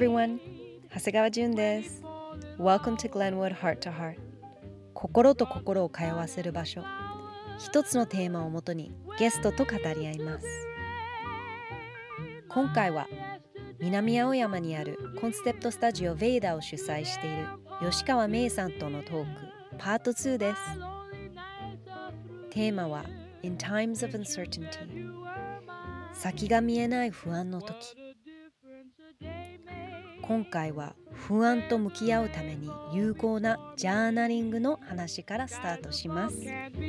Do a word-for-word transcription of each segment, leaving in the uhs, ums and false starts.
everyone. 長谷川純です。Welcome to Glenwood Heart to Heart. 心と心を通わせる場所。一つのテーマをもとにゲストと語り合います。今回は南青山にあるコンセプトスタジオヴェイダを主催している吉川芽衣さんとのトークパートツーです。テーマは In Times of Uncertainty。先が見えない不安の時。今回は不安と向き合うために有効なジャーナリングの話からスタートします。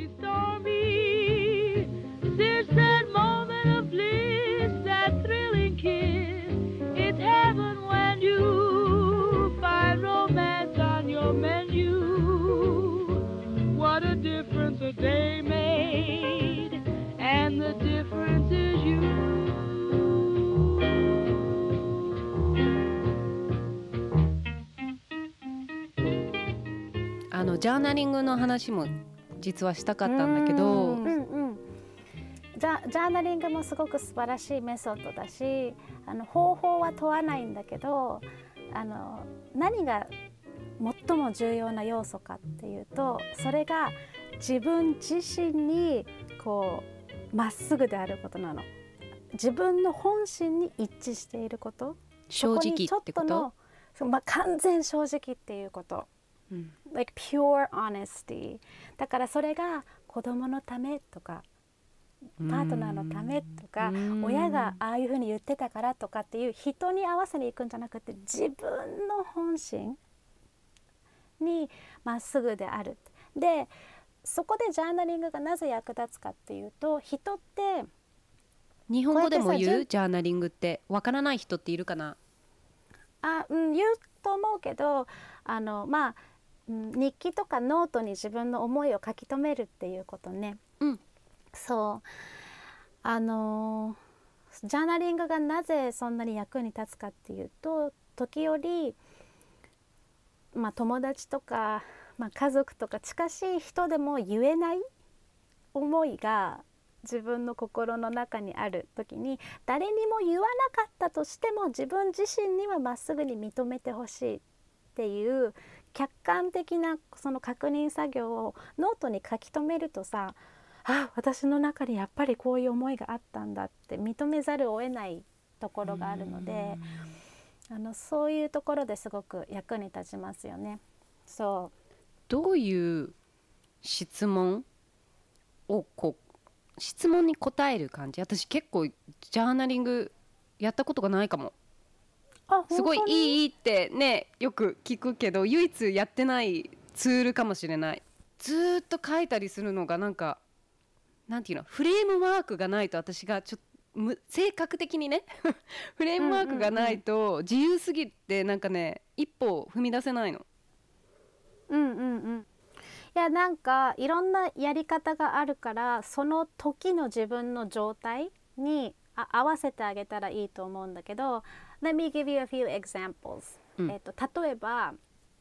あのジャーナリングの話も実はしたかったんだけど、 うんうん、ジャ、ジャーナリングもすごく素晴らしいメソッドだし、あの方法は問わないんだけど、あの何が最も重要な要素かっていうと、それが自分自身にこうまっすぐであることなの。自分の本心に一致していること、 正直ってこと？ そこにちょっとの、まあ、完全正直っていうこと、うん、like pure honesty。 だからそれが子供のためとかパートナーのためとか、親がああいうふうに言ってたからとかっていう人に合わせにいくんじゃなくて、自分の本心にまっすぐである。でそこでジャーナリングがなぜ役立つかっていうと、人って日本語でも言うジャーナリングってわからない人っているかな？ あ、うん、言うと思うけど、あのまあ日記とかノートに自分の思いを書き留めるっていうことね、 うん、 そうあのジャーナリングがなぜそんなに役に立つかっていうと、時折、まあ、友達とか、まあ、家族とか近しい人でも言えない思いが自分の心の中にある時に、誰にも言わなかったとしても自分自身にはまっすぐに認めてほしいっていう客観的なその確認作業をノートに書き留めるとさ、あ、私の中にやっぱりこういう思いがあったんだって認めざるを得ないところがあるので、あのそういうところですごく役に立ちますよね。そうどういう質問をこう質問に答える感じ？私結構ジャーナリングやったことがないかも。 あ、 すごいいいいいってねよく聞くけど、唯一やってないツールかもしれない。ずっと書いたりするのがなんかなんていうの、フレームワークがないと、私がちょっと性格的にねフレームワークがないと自由すぎてなんかね一歩踏み出せないの。 うんうんうん。いや、なんかいろんなやり方があるから、その時の自分の状態にあ合わせてあげたらいいと思うんだけど、 Let me give you a few examples、うん、えっと、例えば、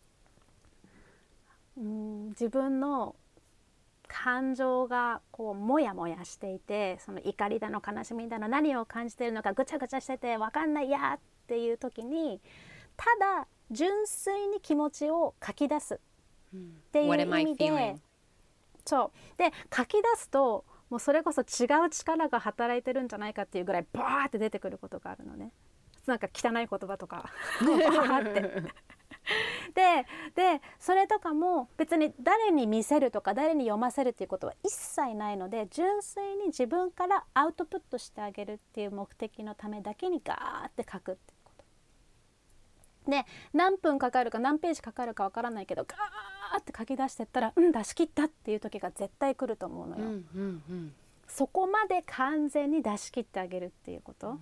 うん、自分の感情がこうモヤモヤしていて、その怒りだの悲しみだの何を感じているのかぐちゃぐちゃしてて分かんないやっていう時に、ただ純粋に気持ちを書き出すっていう意味で、そうで書き出すともうそれこそ違う力が働いてるんじゃないかっていうぐらいバーって出てくることがあるのね。なんか汚い言葉とかバーってで, でそれとかも別に誰に見せるとか誰に読ませるっていうことは一切ないので、純粋に自分からアウトプットしてあげるっていう目的のためだけにガーって書くっていうことで、何分かかるか何ページかかるかわからないけどガーって書き出してったら、うん出し切ったっていう時が絶対来ると思うのよ、 うんうんうん、 そこまで完全に出し切ってあげるっていうこと、うん、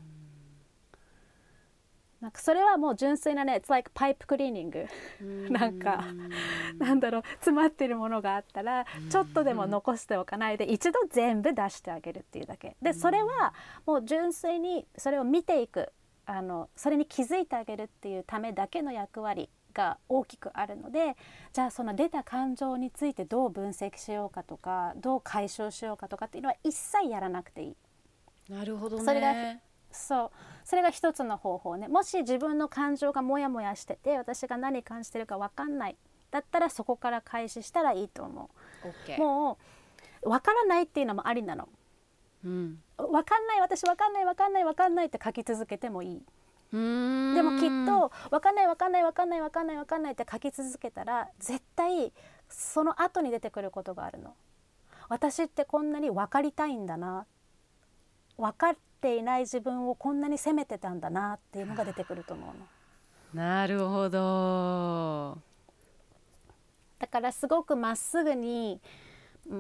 なんかそれはもう純粋なね It's like pipe cleaning なんかなんだろう、詰まってるものがあったらちょっとでも残しておかないで一度全部出してあげるっていうだけで、それはもう純粋にそれを見ていく、あのそれに気づいてあげるっていうためだけの役割が大きくあるので、じゃあその出た感情についてどう分析しようかとかどう解消しようかとかっていうのは一切やらなくていい。 なるほどね。 それがそうそれが一つの方法ね。もし自分の感情がモヤモヤしてて私が何感じてるか分かんないだったらそこから開始したらいいと思う。 OK。 もう分からないっていうのもありなの。 うん、 分かんない私分かんない分かんない分かんないって書き続けてもいい。 うーんでもきっと分かんない分かんない分かんない分かんない分かんないって書き続けたら絶対その後に出てくることがあるの。私ってこんなに分かりたいんだな、分かっていない自分をこんなに責めてたんだなっていうのが出てくると思うの。 なるほど。 だからすごくまっすぐに、うん、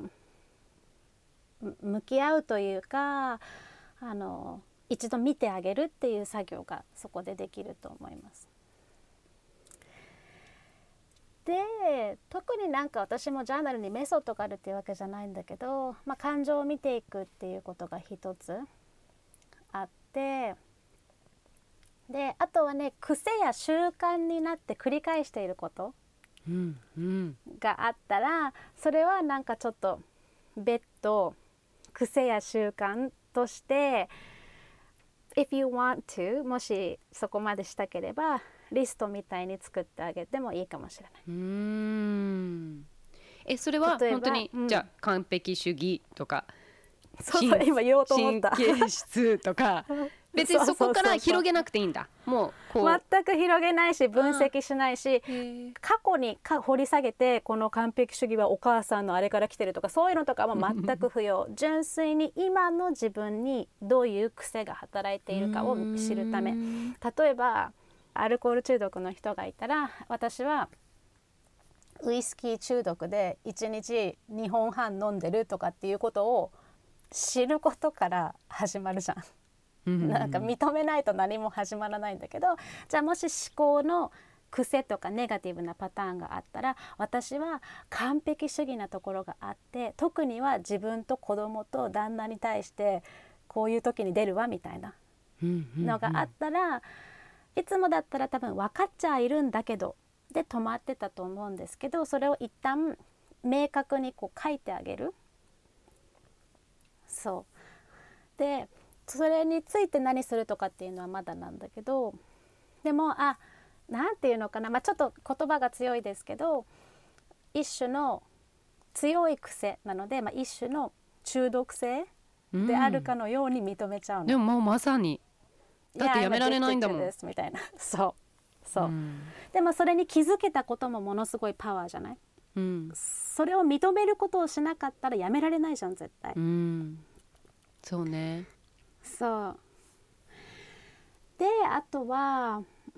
向き合うというかあの一度見てあげるっていう作業がそこでできると思います。で特になんか私もジャーナルにメソッドがあるっていうわけじゃないんだけど、まあ、感情を見ていくっていうことが一つあって、であとはね癖や習慣になって繰り返していることうんうん、 があったらそれはなんかちょっと別途癖や習慣としてIf you want to もしそこまでしたければリストみたいに作ってあげてもいいかもしれない。 うーんえそれは本当に、うん、じゃあ完璧主義とかそうそう今言おうと思った神経質とか別にそこから広げなくていいんだ。もうこう全く広げないし分析しないし過去にか掘り下げてこの完璧主義はお母さんのあれから来てるとかそういうのとかも全く不要純粋に今の自分にどういう癖が働いているかを知るため。例えばアルコール中毒の人がいたら私はウイスキー中毒でいちにちにほんはん飲んでるとかっていうことを知ることから始まるじゃん。なんか認めないと何も始まらないんだけど、じゃあもし思考の癖とかネガティブなパターンがあったら私は完璧主義なところがあって特には自分と子供と旦那に対してこういう時に出るわみたいなのがあったらいつもだったら多分分かっちゃいるんだけどで止まってたと思うんですけどそれを一旦明確にこう書いてあげる。そうでそれについて何するとかっていうのはまだなんだけどでもあなんていうのかな、まあ、ちょっと言葉が強いですけど一種の強い癖なので、まあ、一種の中毒性であるかのように認めちゃうの、うん、 でももうまさにだってやめられないんだもんみたいなそうそう、うん、でもそれに気づけたこともものすごいパワーじゃない、うん、それを認めることをしなかったらやめられないじゃん絶対、うん、 そうねそうであとは、うん、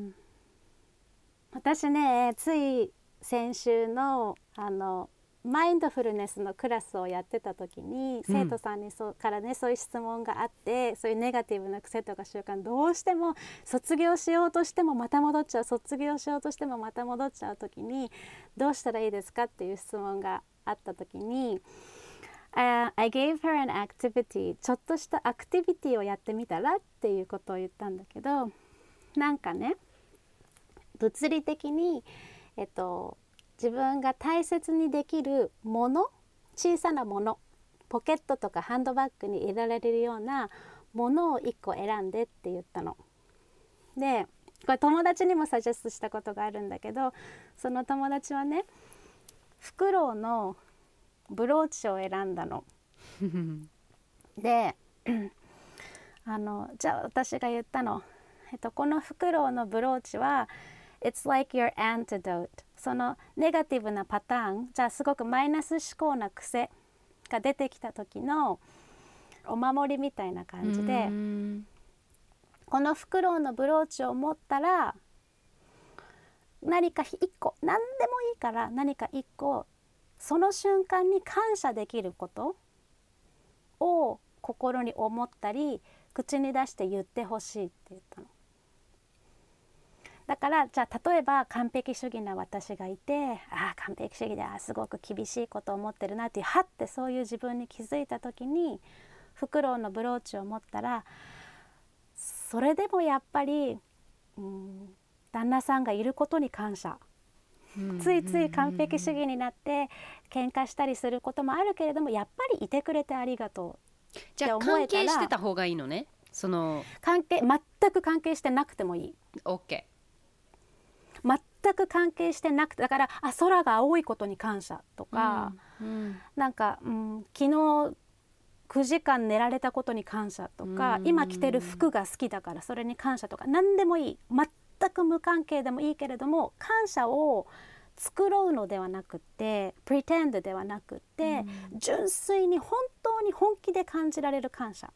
私ねつい先週のあのマインドフルネスのクラスをやってた時に、うん、生徒さんにそうからねそういう質問があってそういうネガティブな癖とか習慣どうしても卒業しようとしてもまた戻っちゃう卒業しようとしてもまた戻っちゃう時にどうしたらいいですかっていう質問があった時にUh, I gave her an activity ちょっとしたアクティビティをやってみたらっていうことを言ったんだけどなんかね物理的に、えっと、自分が大切にできるもの小さなものポケットとかハンドバッグに入れられるようなものをいっこ選んでって言ったの。でこれ友達にもサジェストしたことがあるんだけどその友達はねフクロウのブローチを選んだのであのじゃあ私が言ったの、えっと、このフクロウのブローチは It's like your antidote そのネガティブなパターンじゃあすごくマイナス思考な癖が出てきた時のお守りみたいな感じでこのフクロウのブローチを持ったら何かいっこ何でもいいから何かいっこその瞬間に感謝できることを心に思ったり口に出して言ってほしいって言ったの。だからじゃあ例えば完璧主義な私がいてああ完璧主義であすごく厳しいことを思ってるなっていうはってそういう自分に気づいた時にフクロウのブローチを持ったらそれでもやっぱり、うん、旦那さんがいることに感謝ついつい完璧主義になって喧嘩したりすることもあるけれどもやっぱりいてくれてありがとうって思えたらじゃあ関係してた方がいいのねその関係全く関係してなくてもいい。 OK。 全く関係してなくて、だからあ空が青いことに感謝とか、 うんうん、 なんか、うん、昨日くじかん寝られたことに感謝とか、今着てる服が好きだからそれに感謝とか、何でもいい、全く無関係でもいいけれども、感謝を作ろうのではなくて pretend ではなくて、うん、純粋に本当に本気で感じられる感謝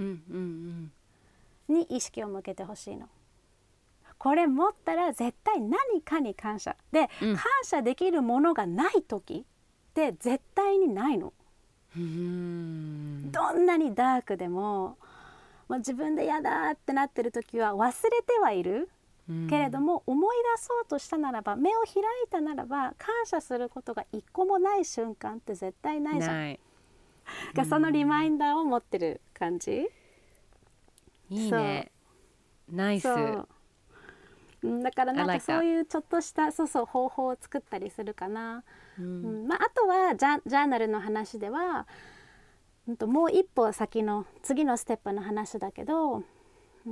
に意識を向けてほしいの。これ持ったら絶対何かに感謝で、うん、感謝できるものがない時って絶対にないの。うーん、どんなにダークでも、まあ、自分で嫌だってなってる時は忘れてはいる、うん、けれども思い出そうとしたならば、目を開いたならば、感謝することが一個もない瞬間って絶対ないじゃん。ない、がそのリマインダーを持ってる感じ。 いいね、ナイス。 だからなんかそういうちょっとしたそうそう方法を作ったりするかな、うんうん、まあ、あとはジャ、ジャーナルの話では、うんと、もう一歩先の次のステップの話だけど、うん、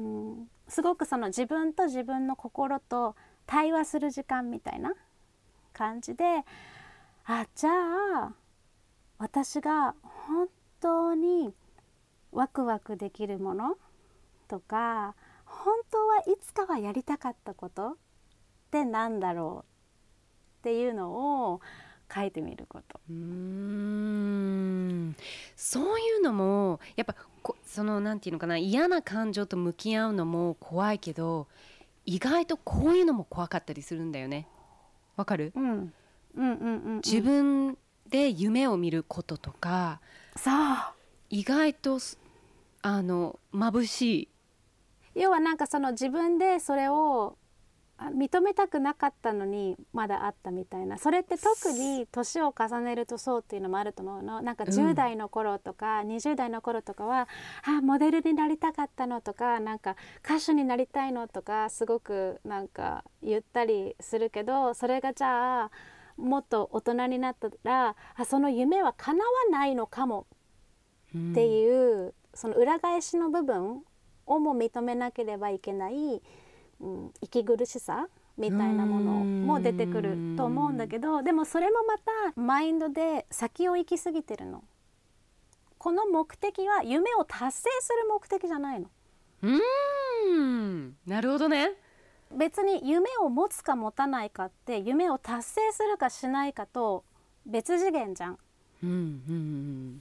すごくその自分と自分の心と対話する時間みたいな感じで、あ、じゃあ私が本当にワクワクできるものとか、本当はいつかはやりたかったことってなんだろうっていうのを書いてみること。 うーん、そういうのもやっぱこそのなんていうのかな、嫌な感情と向き合うのも怖いけど、意外とこういうのも怖かったりするんだよね。わかる？うん、うんうんうんうん、自分で夢を見ることとか、 さあ意外とあの眩しい。 要はなんかその自分でそれを認めたくなかったのにまだあったみたいな。それって特に年を重ねるとそうっていうのもあると思うの。なんかじゅう代の頃とか、うん、にじゅう代の頃とかは、あ、モデルになりたかったのとか、なんか歌手になりたいのとかすごくなんか言ったりするけど、それがじゃあもっと大人になったら、あ、その夢は叶わないのかもっていう、うん、その裏返しの部分をも認めなければいけない、うん、息苦しさみたいなものも出てくると思うんだけど、でもそれもまたマインドで先を行き過ぎてるの。この目的は夢を達成する目的じゃないの。 うーん、なるほどね。 別に夢を持つか持たないかって夢を達成するかしないかと別次元じゃん、うんうんうん、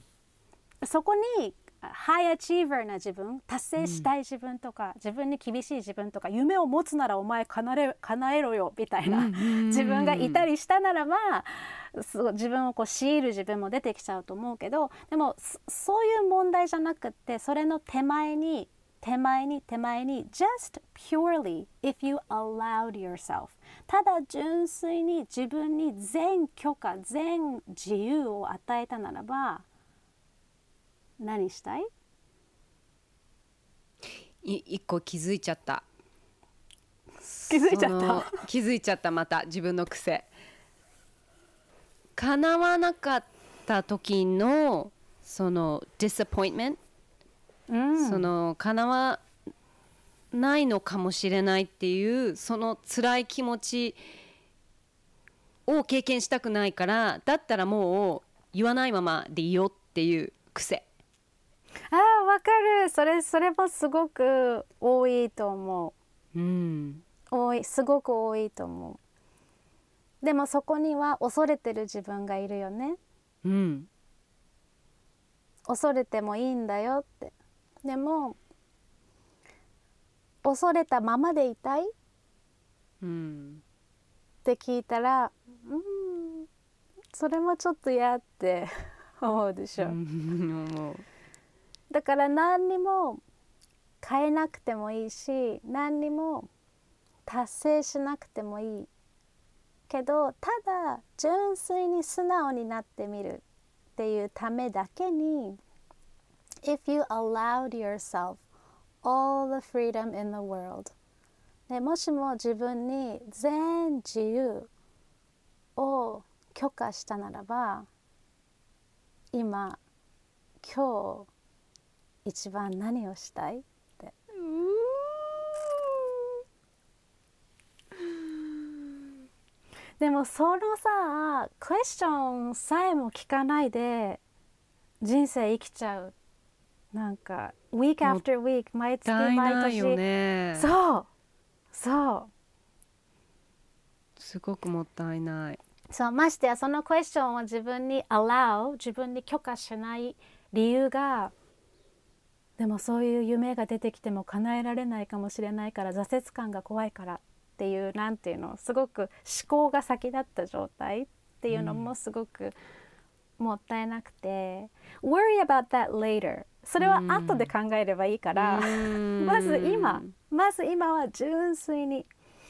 そこにハイアチーバーな自分、達成したい自分とか、うん、自分に厳しい自分とか、夢を持つならお前叶え、叶えろよみたいな、うんうんうん、自分がいたりしたならば、自分をこう強いる自分も出てきちゃうと思うけど、でもそういう問題じゃなくって、それの手前に手前に手前に just purely if you allowed yourself、 ただ純粋に自分に全許可全自由を与えたならば何したい？ い一個気づいちゃった。 気づいちゃった気づいちゃった。また自分の癖。叶わなかった時のその disappointment、うん、その叶わないのかもしれないっていうその辛い気持ちを経験したくないから、だったらもう言わないままでいいよっていう癖。 ああ、わかる。それそれもすごく多いと思う、うん、多い、すごく多いと思う。でもそこには恐れてる自分がいるよね、うん、恐れてもいいんだよって。でも恐れたままでいたい、うん、って聞いたら、うん、それもちょっと嫌って思うでしょ、うん、思う。だから何にも変えなくてもいいし、何にも達成しなくてもいいけど、ただ純粋に素直になってみるっていうためだけに If you allowed yourself all the freedom in the world、 でもしも自分に全自由を許可したならば、今今日一番何をしたいってでもそのさクエスチョンさえも聞かないで人生生きちゃう。なんか week after week 毎月もったい毎ないよ年、 ね。 そうそうすごくもったいない。 そうましてやそのクエスチョンを自分に allow 自分に許可しない理由が、でもそういう夢が出てきても叶えられないかもしれないから挫折感が怖いからっていう、なんていうの、すごく思考が先だった状態っていうのもすごくもったいなくて、うん、worry about that later、 それは後で考えればいいから、うん、まず今まず今は純粋に。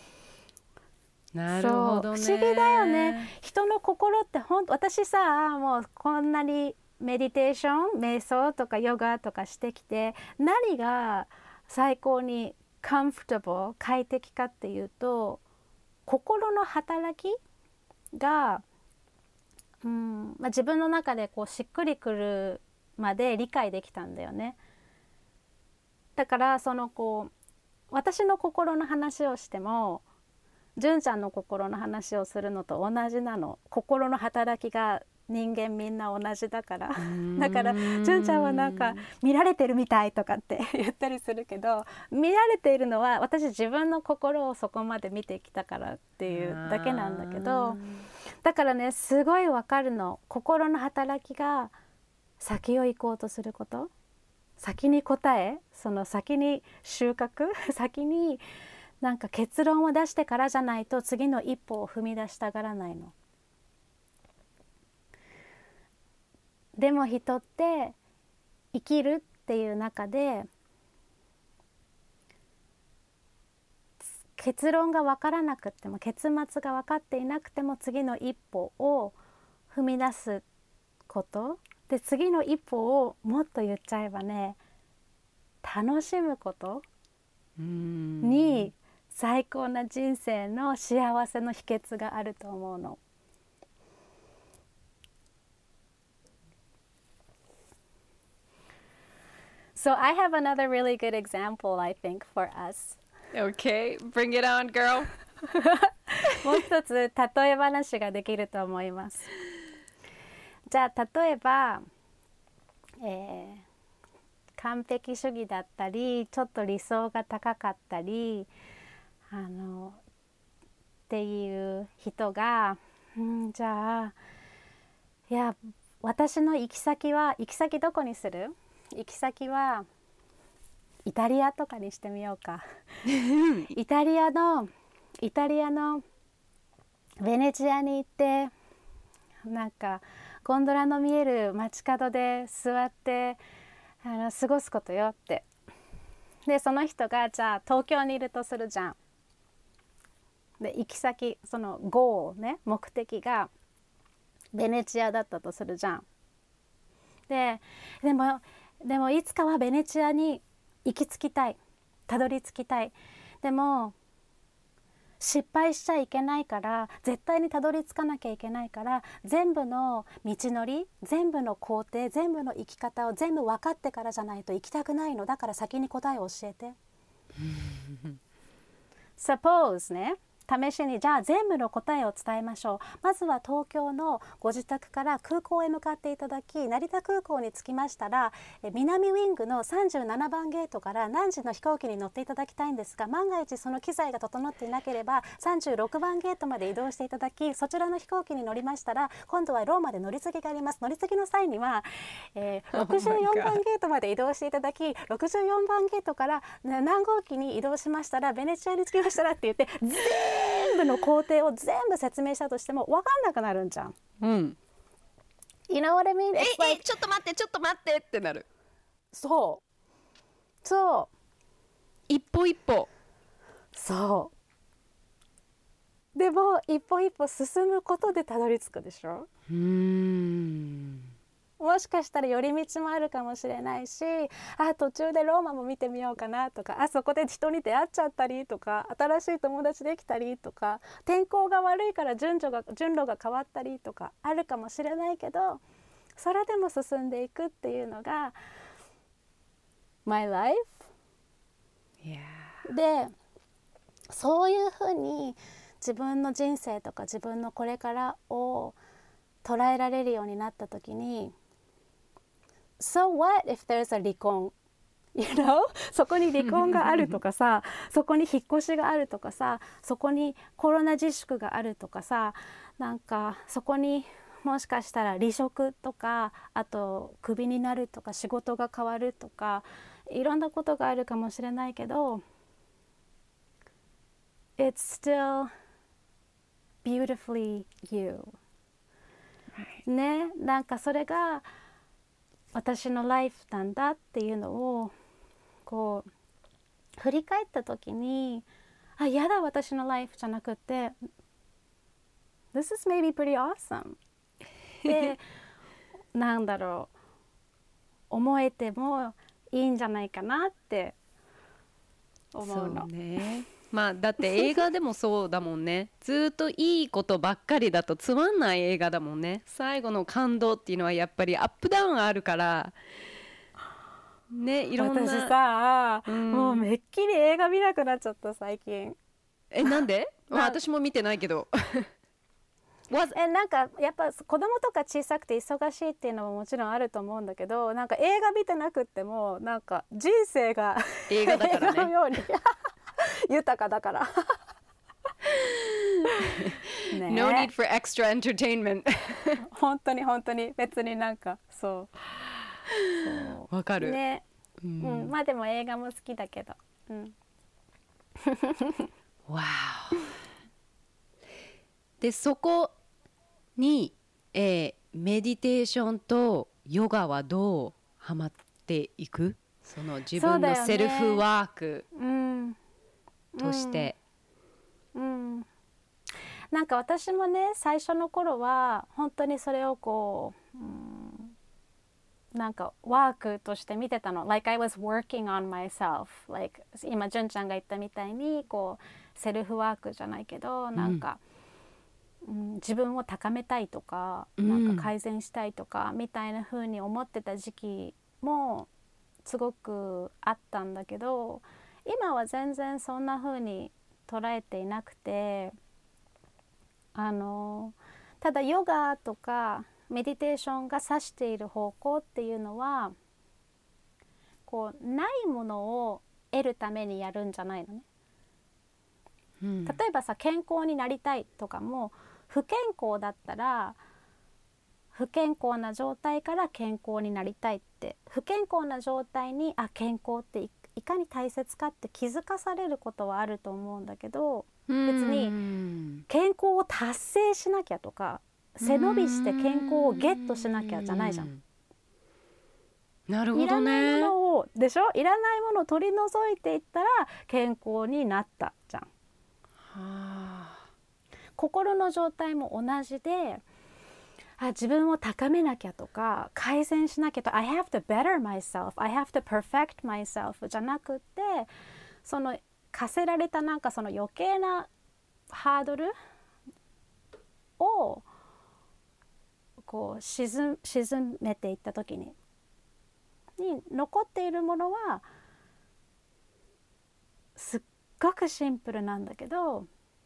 なるほどね。 そう不思議だよね。人の心って本当、私さもうこんなにメディテーション瞑想とかヨガとかしてきて、何が最高にカンフォタブル快適かっていうと、心の働きが、うんまあ、自分の中でこうしっくりくるまで理解できたんだよね。だからそのこう私の心の話をしても純ちゃんの心の話をするのと同じなの。心の働きが人間みんな同じだからだから純ちゃんはなんか見られてるみたいとかって言ったりするけど、見られているのは私自分の心をそこまで見てきたからっていうだけなんだけど、だからねすごいわかるの。心の働きが先を行こうとすること、先に答え、その先に収穫先になんか結論を出してからじゃないと次の一歩を踏み出したがらないの。でも人って生きるっていう中で結論が分からなくても、結末が分かっていなくても次の一歩を踏み出すことで、次の一歩をもっと言っちゃえばね、楽しむことに最高な人生の幸せの秘訣があると思うの。So I have another really good example, I think, for us. Okay, bring it on, girl. もう一つ例え話ができると思います。じゃあ例えば、えー、完璧主義だったりちょっと理想が高かったりあのっていう人が、うん、じゃあいや私の行き先は行き先どこにする？行き先はイタリアとかにしてみようかイタリアのイタリアのベネチアに行ってなんかゴンドラの見える街角で座ってあの過ごすことよって。でその人がじゃあ東京にいるとするじゃん。で行き先そのゴールね、目的がベネチアだったとするじゃん。ででもでもいつかはベネチアに行き着きたい、たどり着きたい。でも失敗しちゃいけないから、絶対にたどり着かなきゃいけないから、全部の道のり、全部の工程、全部の生き方を全部分かってからじゃないと行きたくないの。だから先に答えを教えてSuppose ね、試しにじゃあ全部の答えを伝えましょう。まずは東京のご自宅から空港へ向かっていただき、成田空港に着きましたら南ウィングのさんじゅうななばんゲートから何時の飛行機に乗っていただきたいんですが、万が一その機材が整っていなければさんじゅうろくばんゲートまで移動していただき、そちらの飛行機に乗りましたら今度はローマで乗り継ぎがあります。乗り継ぎの際には、えー、ろくじゅうよんばんゲートまで移動していただき、ろくじゅうよんばんゲートから何号機に移動しましたらベネチアに着きましたらって言って全部の工程を全部説明したとしても分かんなくなるんじゃん。 うん。 You know what I mean? え、like... え、ちょっと待ってちょっと待ってってなる。 そうそう一歩一歩。 そうでも一歩一歩進むことでたどり着くでしょ。 うーん、 もしかしたら寄り道もあるかもしれないし、あ途中でローマも見てみようかなとか、あそこで人に出会っちゃったりとか、新しい友達できたりとか、天候が悪いから順序が順路が変わったりとかあるかもしれないけど、それでも進んでいくっていうのが My life、yeah. でそういうふうに自分の人生とか自分のこれからを捉えられるようになった時に So what if there's a 離婚You know? そこに離婚があるとかさそこに引っ越しがあるとかさそこにコロナ自粛があるとかさなんかそこにもしかしたら離職とかあとクビになるとか仕事が変わるとかいろんなことがあるかもしれないけど It's still beautifully you ねなんかそれが私のライフなんだっていうのをこう振り返った時にあやだ私のライフじゃなくて This is maybe pretty awesome でなんだろう思えてもいいんじゃないかなって思うの。 そうねまあだって映画でもそうだもんねずっといいことばっかりだとつまんない映画だもんね最後の感動っていうのはやっぱりアップダウンあるからねいろんな私さ、 うん、 もうめっきり映画見なくなっちゃった最近。 えなんでまあ、私も見てないけどえなんかやっぱ子供とか小さくて忙しいっていうのももちろんあると思うんだけどなんか映画見てなくってもなんか人生が映画だからね映画のように豊かだからね No need for extra entertainment 本当に本当に別になんかそうわかるね、うん、うん、まあでも映画も好きだけど、うん、 わおでそこに、えー、メディテーションとヨガはどうハマっていくその自分のセルフワークとして、 うんうんうん、なんか私もね最初の頃は本当にそれをこう、うん、なんかワークとして見てたの Like I was working on myself Like 今純ちゃんが言ったみたいにこうセルフワークじゃないけどなんか、うん、自分を高めたいとか、うん、なんか改善したいとかみたいな風に思ってた時期もすごくあったんだけど今は全然そんな風に捉えていなくてあのただヨガとかメディテーションが指している方向っていうのはこうないものを得るためにやるんじゃないのね、うん、例えばさ健康になりたいとかも不健康だったら不健康な状態から健康になりたいって不健康な状態にあ健康っていかに大切かって気づかされることはあると思うんだけど別に健康を達成しなきゃとか背伸びして健康をゲットしなきゃじゃないじゃん。 なるほどね。 いらないものをでしょいらないものを取り除いていったら健康になったじゃん。はあ、心の状態も同じであ自分を高めなきゃとか改善しなきゃと I have to better myself I have to perfect myself じゃなくってその課せられたなんかその余計なハードルをこう沈、沈めていった時にに残っているものはすっごくシンプルなんだけど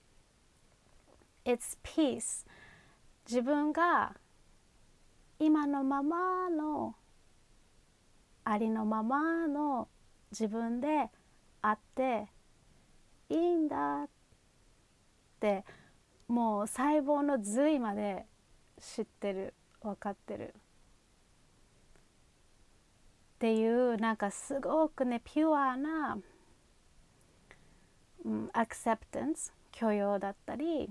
It's peace 自分が今のままのありのままの自分であっていいんだってもう細胞の髄まで知ってる分かってるっていうなんかすごくねピュアな、うん、アクセプタンス許容だったり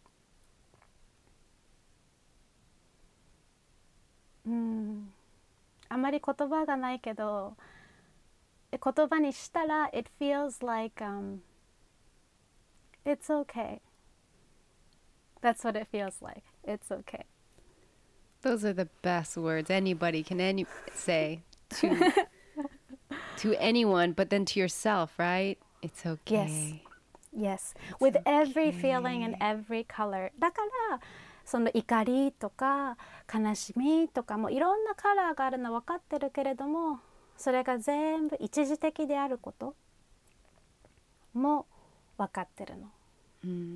うん、あまり言葉がないけど言葉にしたら it feels like、um, it's okay that's what it feels like it's okay Those are the best words anybody can any- say to to anyone but then to yourself right it's okay yes yes with okay. every feeling and every color だからその怒りとか悲しみとかもいろんなカラーがあるの分かってるけれどもそれが全部一時的であることも分かってるの、 うん、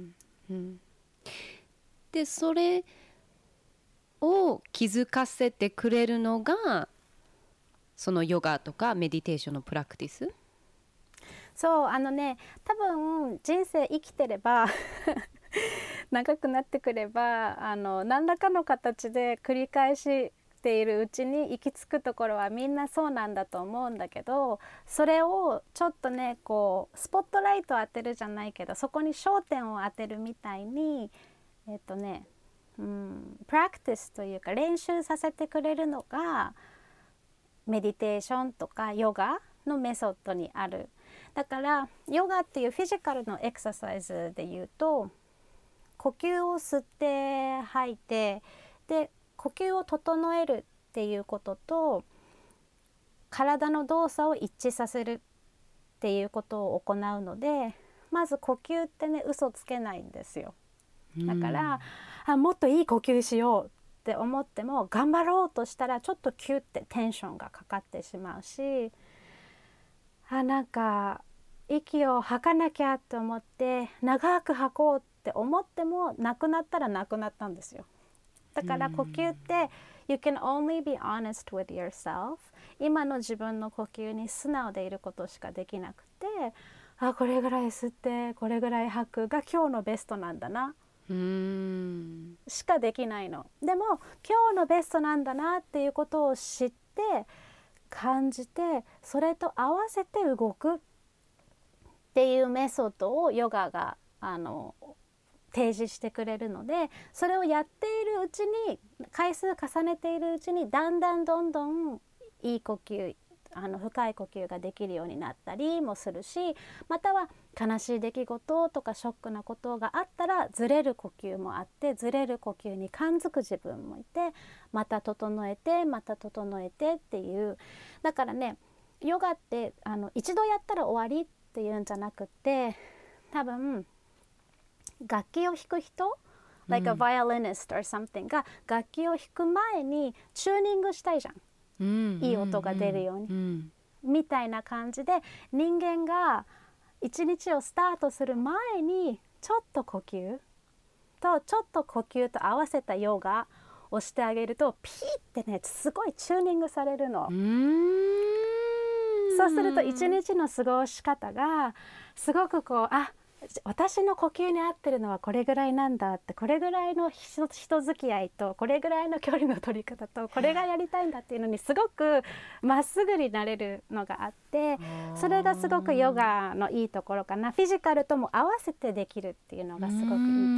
うん、でそれを気づかせてくれるのがそのヨガとかメディテーションのプラクティス。 そうあのね多分人生生きてれば長くなってくればあの何らかの形で繰り返しているうちに行き着くところはみんなそうなんだと思うんだけど、それをちょっとねこうスポットライトを当てるじゃないけどそこに焦点を当てるみたいにえっとねうんプラクティスというか練習させてくれるのがメディテーションとかヨガのメソッドにある。だからヨガっていうフィジカルのエクササイズでいうと呼吸を吸って吐いてで呼吸を整えるっていうことと体の動作を一致させるっていうことを行うので、まず呼吸ってね嘘つけないんですよ。だから、うん、あもっといい呼吸しようって思っても頑張ろうとしたらちょっとキュッてテンションがかかってしまうし、あなんか息を吐かなきゃと思って長く吐こうって思ってもなくなったらなくなったんですよ。だから呼吸って、うん、You can only be honest with yourself。 今の自分の呼吸に素直でいることしかできなくて、あこれぐらい吸ってこれぐらい吐くが今日のベストなんだなうーんしかできないの。でも今日のベストなんだなっていうことを知って感じてそれと合わせて動くっていうメソッドをヨガがあの提示してくれるので、それをやっているうちに回数重ねているうちにだんだんどんどんいい呼吸あの深い呼吸ができるようになったりもするし、または悲しい出来事とかショックなことがあったらずれる呼吸もあってずれる呼吸に感づく自分もいてまた整えてまた整えてっていう。だからねヨガってあの一度やったら終わりっていうんじゃなくって多分楽器を弾く人、like a violinist or something が楽器を弾く前にチューニングしたいじゃん、うん、いい音が出るように、うん、みたいな感じで人間が一日をスタートする前にちょっと呼吸とちょっと呼吸と合わせたヨガをしてあげるとピーってねすごいチューニングされるの。うーんそうすると一日の過ごし方がすごくこうあ私の呼吸に合ってるのはこれぐらいなんだってこれぐらいの 人, 人付き合いとこれぐらいの距離の取り方とこれがやりたいんだっていうのにすごくまっすぐになれるのがあってそれがすごくヨガのいいところかな。フィジカルとも合わせてできるっていうのがすごくいいところ。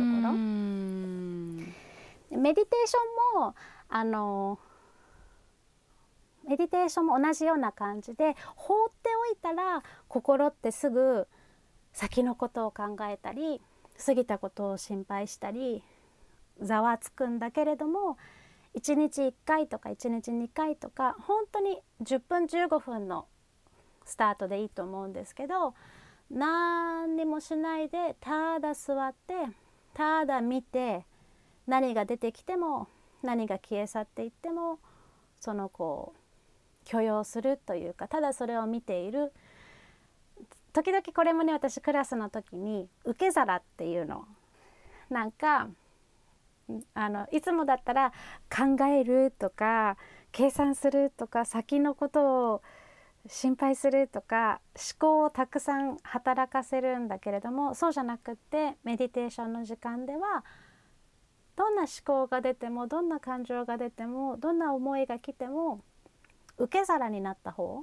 メディテーションもあのメディテーションも同じような感じで放っておいたら心ってすぐ先のことを考えたり過ぎたことを心配したりざわつくんだけれどもいちにちいっかいとかいちにちにかいとか本当にじゅっぷんじゅうごふんのスタートでいいと思うんですけど何にもしないでただ座ってただ見て何が出てきても何が消え去っていってもそのこう許容するというかただそれを見ている。時々これもね私クラスの時に受け皿っていうのなんかあのいつもだったら考えるとか計算するとか先のことを心配するとか思考をたくさん働かせるんだけれどもそうじゃなくってメディテーションの時間ではどんな思考が出てもどんな感情が出てもどんな思いが来ても受け皿になった方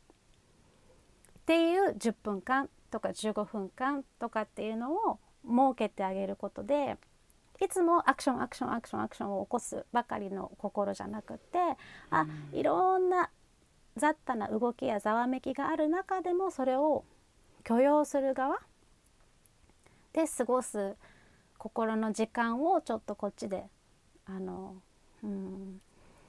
っていうじゅっぷんかんとかじゅうごふんかんとかっていうのを設けてあげることでいつもアクションアクションアクションアクションを起こすばかりの心じゃなくってあいろんな雑多な動きやざわめきがある中でもそれを許容する側で過ごす心の時間をちょっとこっちであの、うん、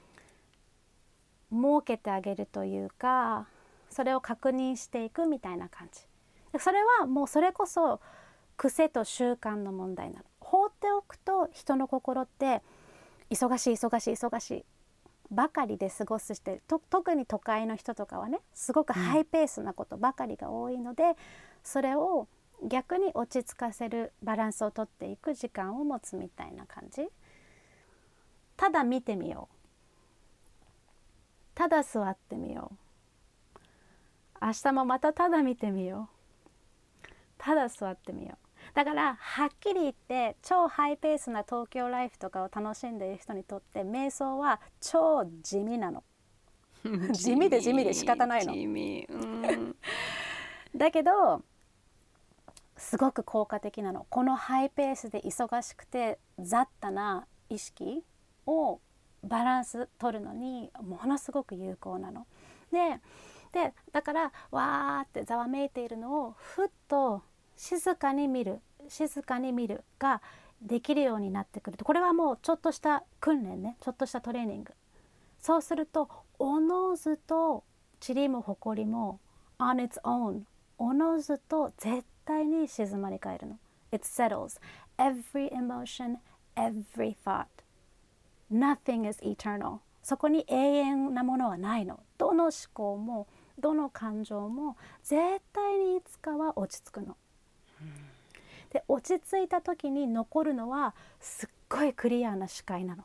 設けてあげるというかそれを確認していくみたいな感じ。それはもうそれこそ癖と習慣の問題なの。放っておくと人の心って忙しい忙しい忙しいばかりで過ごすしてと特に都会の人とかはねすごくハイペースなことばかりが多いので、うん、それを逆に落ち着かせるバランスをとっていく時間を持つみたいな感じ。ただ見てみよう。ただ座ってみよう。明日もまたただ見てみよう。ただ座ってみよう。だからはっきり言って超ハイペースな東京ライフとかを楽しんでいる人にとって瞑想は超地味なの。地味で地味で仕方ないの。 地味、うん、 だけどすごく効果的なの。このハイペースで忙しくて雑多な意識をバランス取るのにものすごく有効なの。で、でだからわーってざわめいているのをふっと静かに見る静かに見るができるようになってくると、これはもうちょっとした訓練ね、ちょっとしたトレーニング。そうするとおのずと塵も埃も on its own おのずと絶対に静まり返るの。 It settles every emotion, every thought. Nothing is eternal. そこに永遠なものはないの。どの思考もどの感情も絶対にいつかは落ち着くの。で落ち着いた時に残るのはすっごいクリアな視界なの。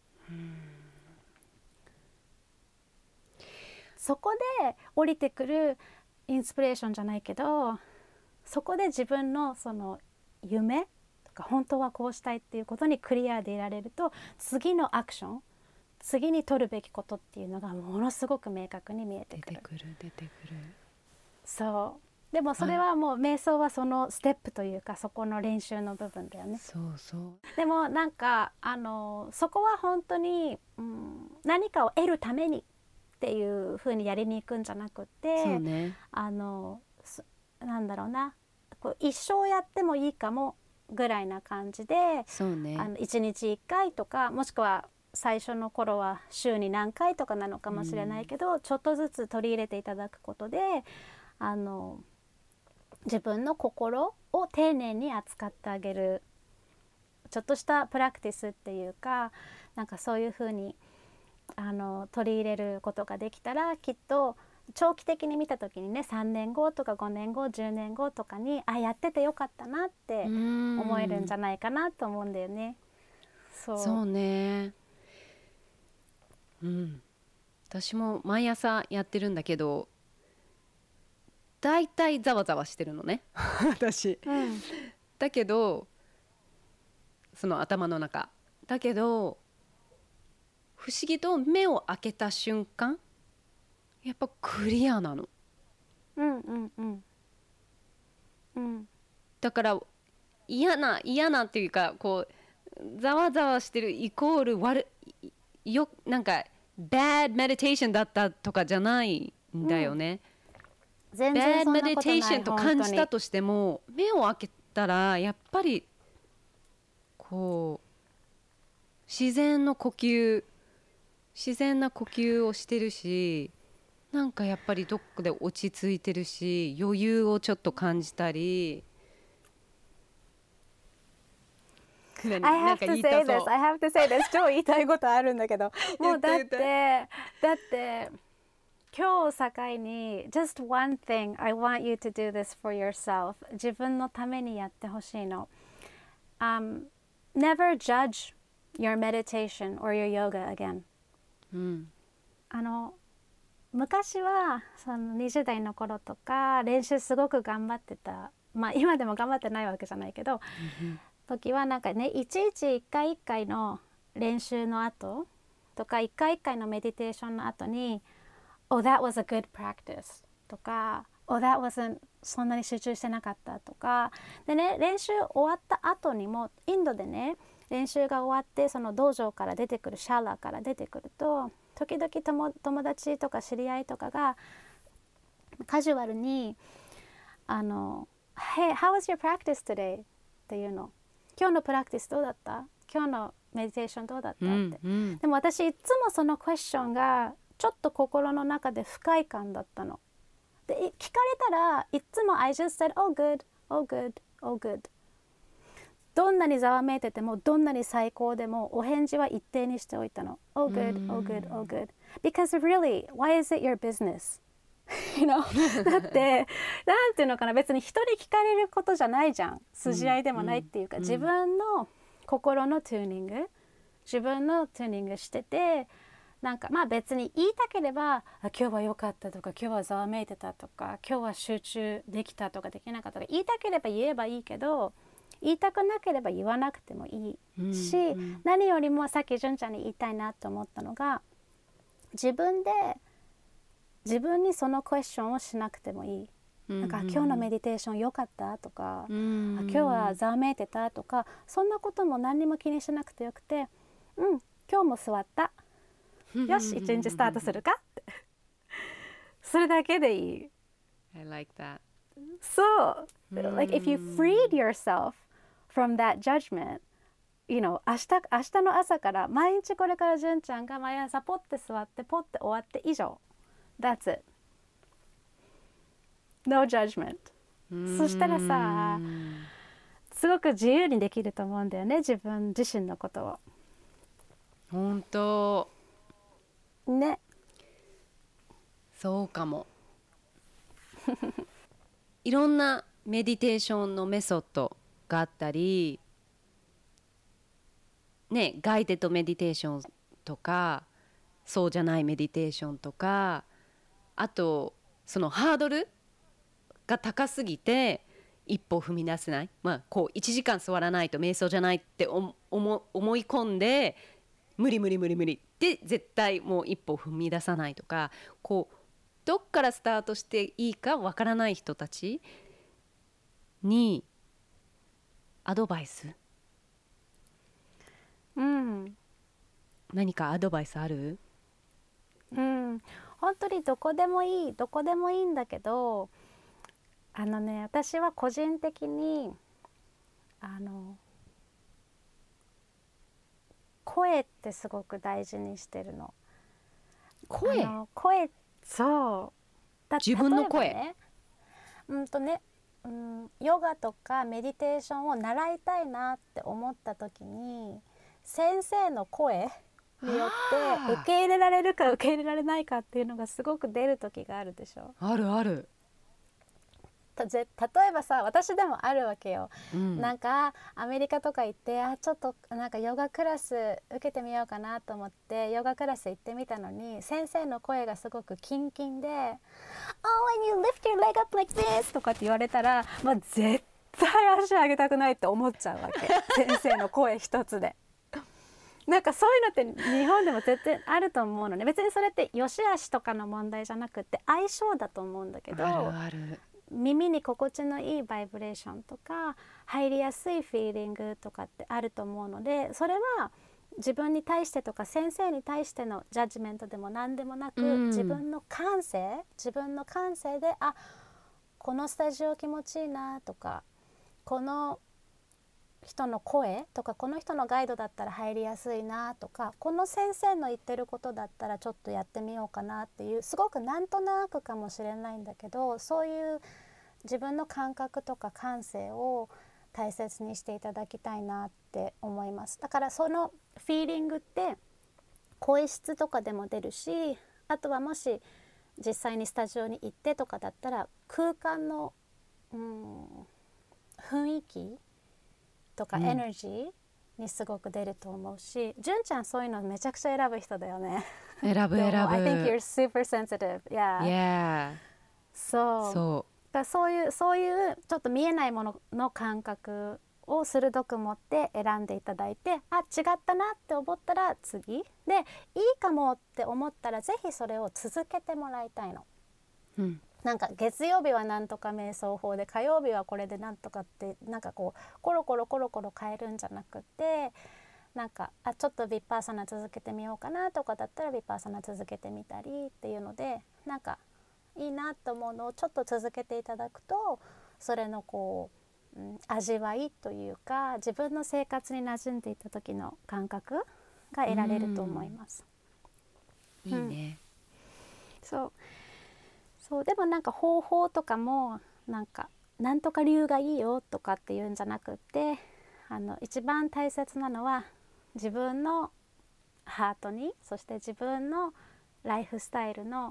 そこで降りてくるインスピレーションじゃないけど、そこで自分のその夢とか本当はこうしたいっていうことにクリアでいられると、次のアクション、次に取るべきことっていうのがものすごく明確に見えてくる。 出てくる出てくる。 そうでもそれはもう瞑想はそのステップというかそこの練習の部分だよね。 そうそう。 でもなんかあのそこは本当に、うん、何かを得るためにっていう風にやりに行くんじゃなくて、 そうね、 あのなんだろうな、こう一生やってもいいかもぐらいな感じで、 そうね、 あのいちにちいっかいとか、もしくは最初の頃は週に何回とかなのかもしれないけど、うん、ちょっとずつ取り入れていただくことであの自分の心を丁寧に扱ってあげるちょっとしたプラクティスっていうか、なんかそういう風にあの取り入れることができたら、きっと長期的に見た時にね、さんねんごとかごねんごじゅうねんごとかにあやっててよかったなって思えるんじゃないかなと思うんだよね。そう、 そうね、うん、私も毎朝やってるんだけどだいたいざわざわしてるのね私、うん、だけどその頭の中だけど不思議と目を開けた瞬間やっぱクリアなの。 うんうんうんうん。 だから嫌な嫌なっていうかこうざわざわしてるイコール悪よなんか bad meditation だったとかじゃないんだよね。 うん、全然そんなことない。 bad meditation と感じたとしても目を開けたらやっぱりこう自然の呼吸自然な呼吸をしてるし、なんかやっぱりどっかで落ち着いてるし余裕をちょっと感じたり。 I have to say this, I have to say this 超言いたいことあるんだけどもうだってだって今日境に just one thing I want you to do this for yourself 自分のためにやってほしいの、um, never judge your meditation or your yoga again、うん、あの昔はそのにじゅう代の頃とか練習すごく頑張ってた、まあ今でも頑張ってないわけじゃないけど、うん時はなんかね、いちいちいっかいいっかいの練習の後とかいっかいいっかいのメディテーションの後に Oh that was a good practice とか Oh that wasn't そんなに集中してなかったとかでね、練習終わった後にもインドでね練習が終わってその道場から出てくるシャラから出てくると時々友友達とか知り合いとかがカジュアルにあの Hey how was your practice today っていうの、今日のプラクティスどうだった？今日のメディテーションどうだった？って、うんうん、でも私いつもそのクエスチョンがちょっと心の中で不快感だったので、聞かれたらいつも I just said oh good, oh good, oh good どんなにざわめいててもどんなに最高でもお返事は一定にしておいたの oh good, oh good, oh good because really why is it your business you know? だってなんていうのかな、別に人に聞かれることじゃないじゃん、筋合いでもないっていうか、 うん、 自分の心のチューニング、自分のチューニングしてて、なんかまあ別に言いたければあ今日は良かったとか、今日はざわめいてたとか、今日は集中できたとかできなかったとか、言いたければ言えばいいけど、言いたくなければ言わなくてもいいし、 うんうん、 何よりもさっき純ちゃんに言いたいなと思ったのが、自分で自分にそのクエスチョンをしなくてもいい。なんか今日のメディテーション良かったとか、 うん、 あ今日はざわめいてたとか、そんなことも何にも気にしなくてよくて、うん今日も座った、よし一日スタートするかってそれだけでいい。 I like that. So like if you freed yourself from that judgment, you know 明日明日の朝から毎日これから純ちゃんが毎朝ポッて座ってポッて終わって以上、 That's it, no judgment。 そしたらさ、すごく自由にできると思うんだよね、自分自身のことを。 本当ね。 そうかもいろんなメディテーションのメソッドがあったりね、ガイデッドメディテーションとかそうじゃないメディテーションとか、あとそのハードルが高すぎて一歩踏み出せない、まあ、こういちじかん座らないと瞑想じゃないって思思い込んで無理無理無理無理で絶対もう一歩踏み出さないとか、こうどっからスタートしていいかわからない人たちにアドバイス、 うん、 何かアドバイスある？ うん、本当にどこでもいいどこでもいいんだけど、あのね、私は個人的にあの声ってすごく大事にしてるの。 声？ あの声、そうだ、 自分の声、 例えばね、うんとね、うん、ヨガとかメディテーションを習いたいなって思った時に、先生の声によって受け入れられるか受け入れられないかっていうのがすごく出る時があるでしょ。 あるある。 たぜ例えばさ、私でもあるわけよ、うん、なんかアメリカとか行って、あちょっとなんかヨガクラス受けてみようかなと思ってヨガクラス行ってみたのに、先生の声がすごくキンキンで Oh, when you lift your leg up like this とかって言われたら、まあ、絶対足上げたくないって思っちゃうわけ先生の声一つで。なんかそういうのって日本でも絶対あると思うのね。別にそれって良し悪しとかの問題じゃなくて相性だと思うんだけど、 あるある、 耳に心地のいいバイブレーションとか入りやすいフィーリングとかってあると思うので、それは自分に対してとか先生に対してのジャッジメントでも何でもなく、うん、自分の感性自分の感性で、あこのスタジオ気持ちいいなとか、この人の声とかこの人のガイドだったら入りやすいなとか、この先生の言ってることだったらちょっとやってみようかなっていう、すごくなんとなくかもしれないんだけど、そういう自分の感覚とか感性を大切にしていただきたいなって思います。だからそのフィーリングって声質とかでも出るし、あとはもし実際にスタジオに行ってとかだったら空間の、うん、雰囲気とかエネルギーにすごく出ると思うし、うん、純ちゃんそういうのめちゃくちゃ選ぶ人だよね。 選ぶ選ぶ。 I think you're super sensitive. Yeah. Yeah. そう。そう。だそういうそういうちょっと見えないものの感覚を鋭く持って選んでいただいて、あ違ったなって思ったら次でいいかもって思ったらぜひそれを続けてもらいたいの。うん。なんか月曜日はなんとか瞑想法で火曜日はこれでなんとかってなんかこうコロコロコロコロ変えるんじゃなくて、なんかあちょっとヴィッパーサナ続けてみようかなとかだったらヴィッパーサナ続けてみたりっていうので、なんかいいなと思うのをちょっと続けていただくと、それのこう、うん、味わいというか自分の生活に馴染んでいた時の感覚が得られると思います。 いいね、 うん、そうそうでもなんか方法とかもなんかなんとか流がいいよとかっていうんじゃなくって、あの一番大切なのは自分のハートに、そして自分のライフスタイルの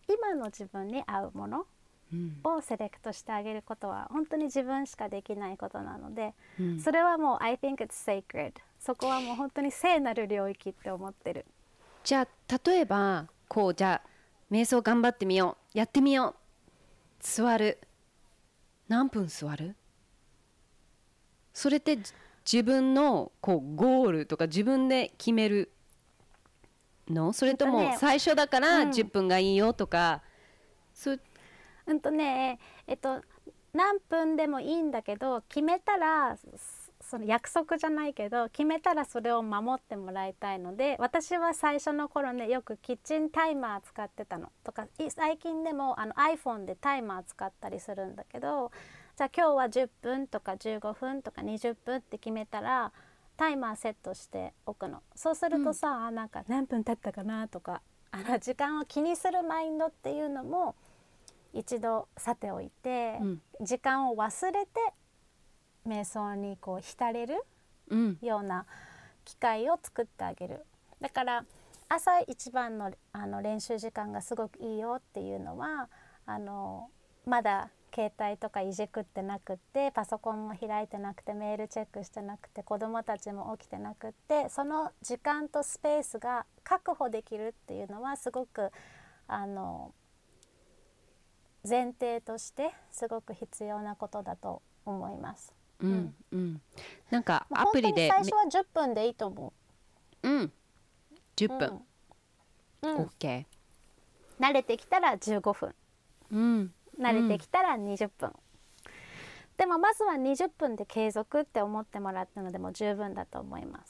今の自分に合うものをセレクトしてあげることは本当に自分しかできないことなので、うん、それはもう I think it's sacred。 そこはもう本当に聖なる領域って思ってる。 じゃあ例えばこうじゃあ瞑想頑張ってみよう、やってみよう、座る、何分座る？それって自分のこうゴールとか自分で決めるの？それとも最初だからじゅっぷんがいいよとか、 うん、そうんとねえっと何分でもいいんだけど、決めたらその約束じゃないけど決めたらそれを守ってもらいたいので、私は最初の頃ねよくキッチンタイマー使ってたのとか、最近でもあの iPhone でタイマー使ったりするんだけど、じゃあ今日はじゅっぷんとかじゅうごふんとかにじゅっぷんって決めたらタイマーセットしておくの。そうするとさ、うん、なんか何分経ったかなとか、あの時間を気にするマインドっていうのも一度さておいて、うん、時間を忘れて瞑想にこう浸れるような機会を作ってあげる。だから朝一番の、あの練習時間がすごくいいよっていうのは、あのまだ携帯とかいじくってなくって、パソコンも開いてなくて、メールチェックしてなくて、子どもたちも起きてなくって、その時間とスペースが確保できるっていうのはすごくあの前提としてすごく必要なことだと思います。 うんうん、なんかアプリで最初はじゅっぷんでいいと思う。うん、じゅっぷん、うん、OK。 慣れてきたらじゅうごふん、 うん、 慣れてきたらにじゅっぷん、うん、でもまずはにじゅっぷんで継続って思ってもらったのでも十分だと思います。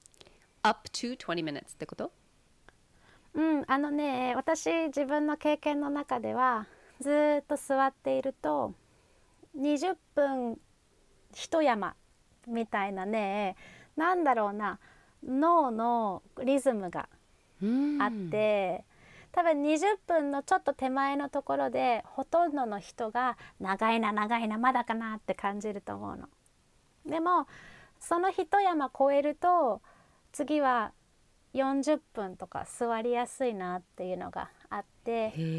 up to twenty minutes ってこと？ うん、あのね、私自分の経験の中ではずっと座っているとにじゅっぷん一山みたいなね、なんだろうな、脳のリズムがあって、多分にじゅっぷんのちょっと手前のところでほとんどの人が長いな長いなまだかなって感じると思うの。でもその一山越えると次はよんじゅっぷんとか座りやすいなっていうのがあって、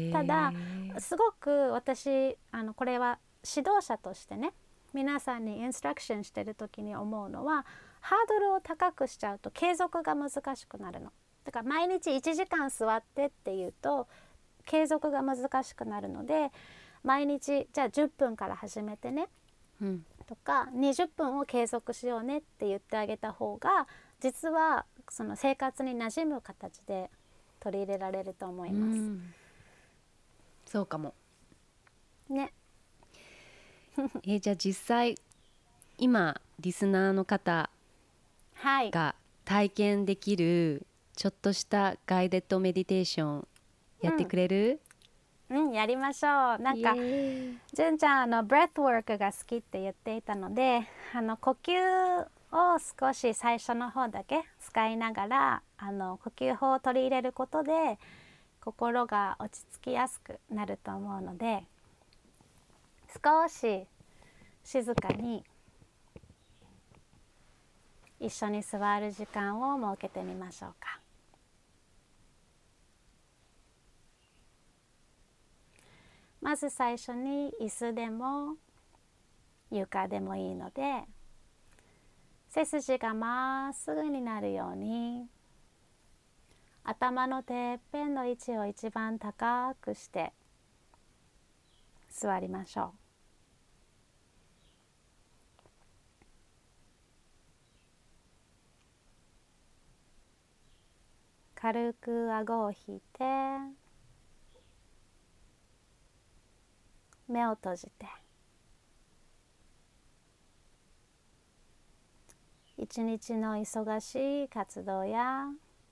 ただすごく私あのこれは指導者としてね、皆さんにインストラクションしてる時に思うのは、ハードルを高くしちゃうと継続が難しくなるの。だから毎日いちじかん座ってっていうと継続が難しくなるので、毎日じゃあじゅっぷんから始めてね、うん、とかにじゅっぷんを継続しようねって言ってあげた方が実はその生活に馴染む形で取り入れられると思います。うん、 そうかもね。 えじゃあ実際今リスナーの方が体験できるちょっとしたガイデッドメディテーションやってくれる？ うん、うん、やりましょう。なんか純ちゃんあのブレスワークが好きって言っていたので、あの呼吸を少し最初の方だけ使いながら、あの呼吸法を取り入れることで心が落ち着きやすくなると思うので、少し静かに一緒に座る時間を設けてみましょうか。まず最初に椅子でも床でもいいので、背筋がまっすぐになるように頭のてっぺんの位置を一番高くして座りましょう。軽く顎を引いて目を閉じて、一日の忙しい活動や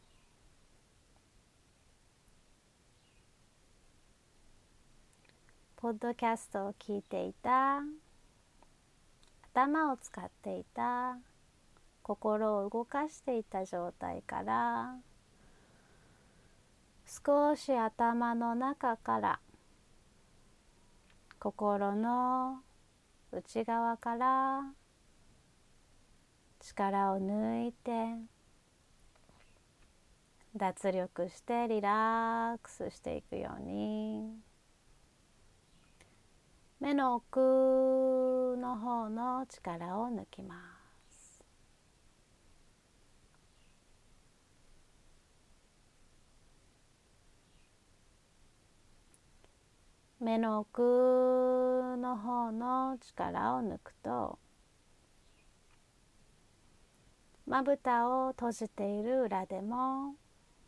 ポッドキャストを聞いていた、頭を使っていた、心を動かしていた状態から少し頭の中から心の内側から力を抜いて脱力してリラックスしていくように、目の奥の方の力を抜きます。目の奥の方の力を抜くと、まぶたを閉じている裏でも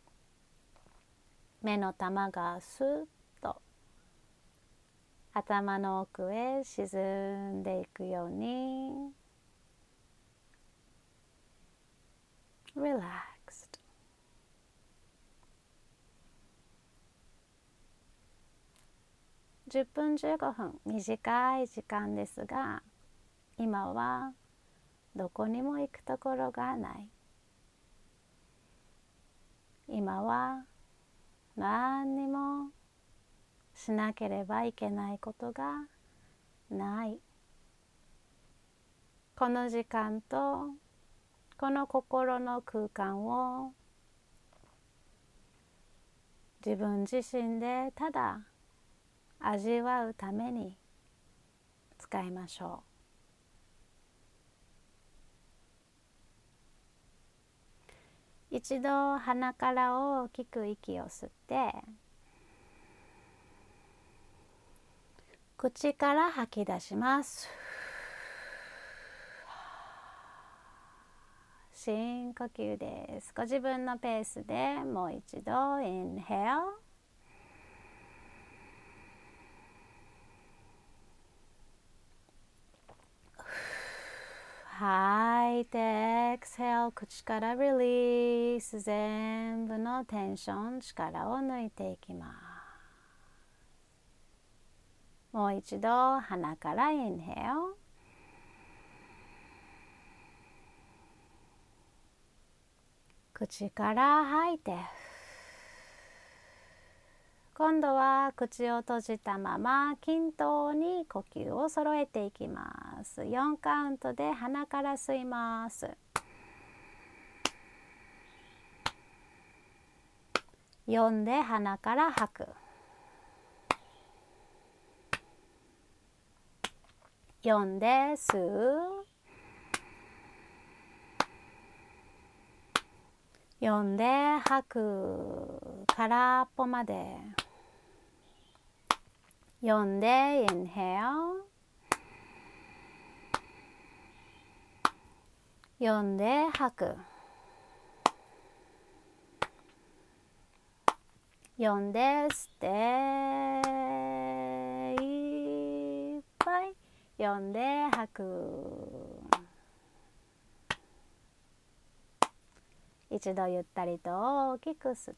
目の玉がスッと頭の奥へ沈んでいくように、リラックス。じゅっぷんじゅうごふん、短い時間ですが、今はどこにも行くところがない。今は何にもしなければいけないことがない。この時間とこの心の空間を自分自身でただ味わうために使いましょう。一度鼻から大きく息を吸って、口から吐き出します。深呼吸です。ご自分のペースでもう一度 Inhale、 吐いて Exhale、 口から Release、 全部のテンション、力を抜いていきます。もう一度鼻から Inhale、 口から吐いて、今度は口を閉じたまま均等に呼吸を揃えていきます。よんカウントで鼻から吸います。よんで鼻から吐く。よんで吸う。よんで吐く。空っぽまで。よんで Inhale、 よんで吐く。よんで吸っていっぱい。よんで吐く。一度ゆったりと大きく吸って、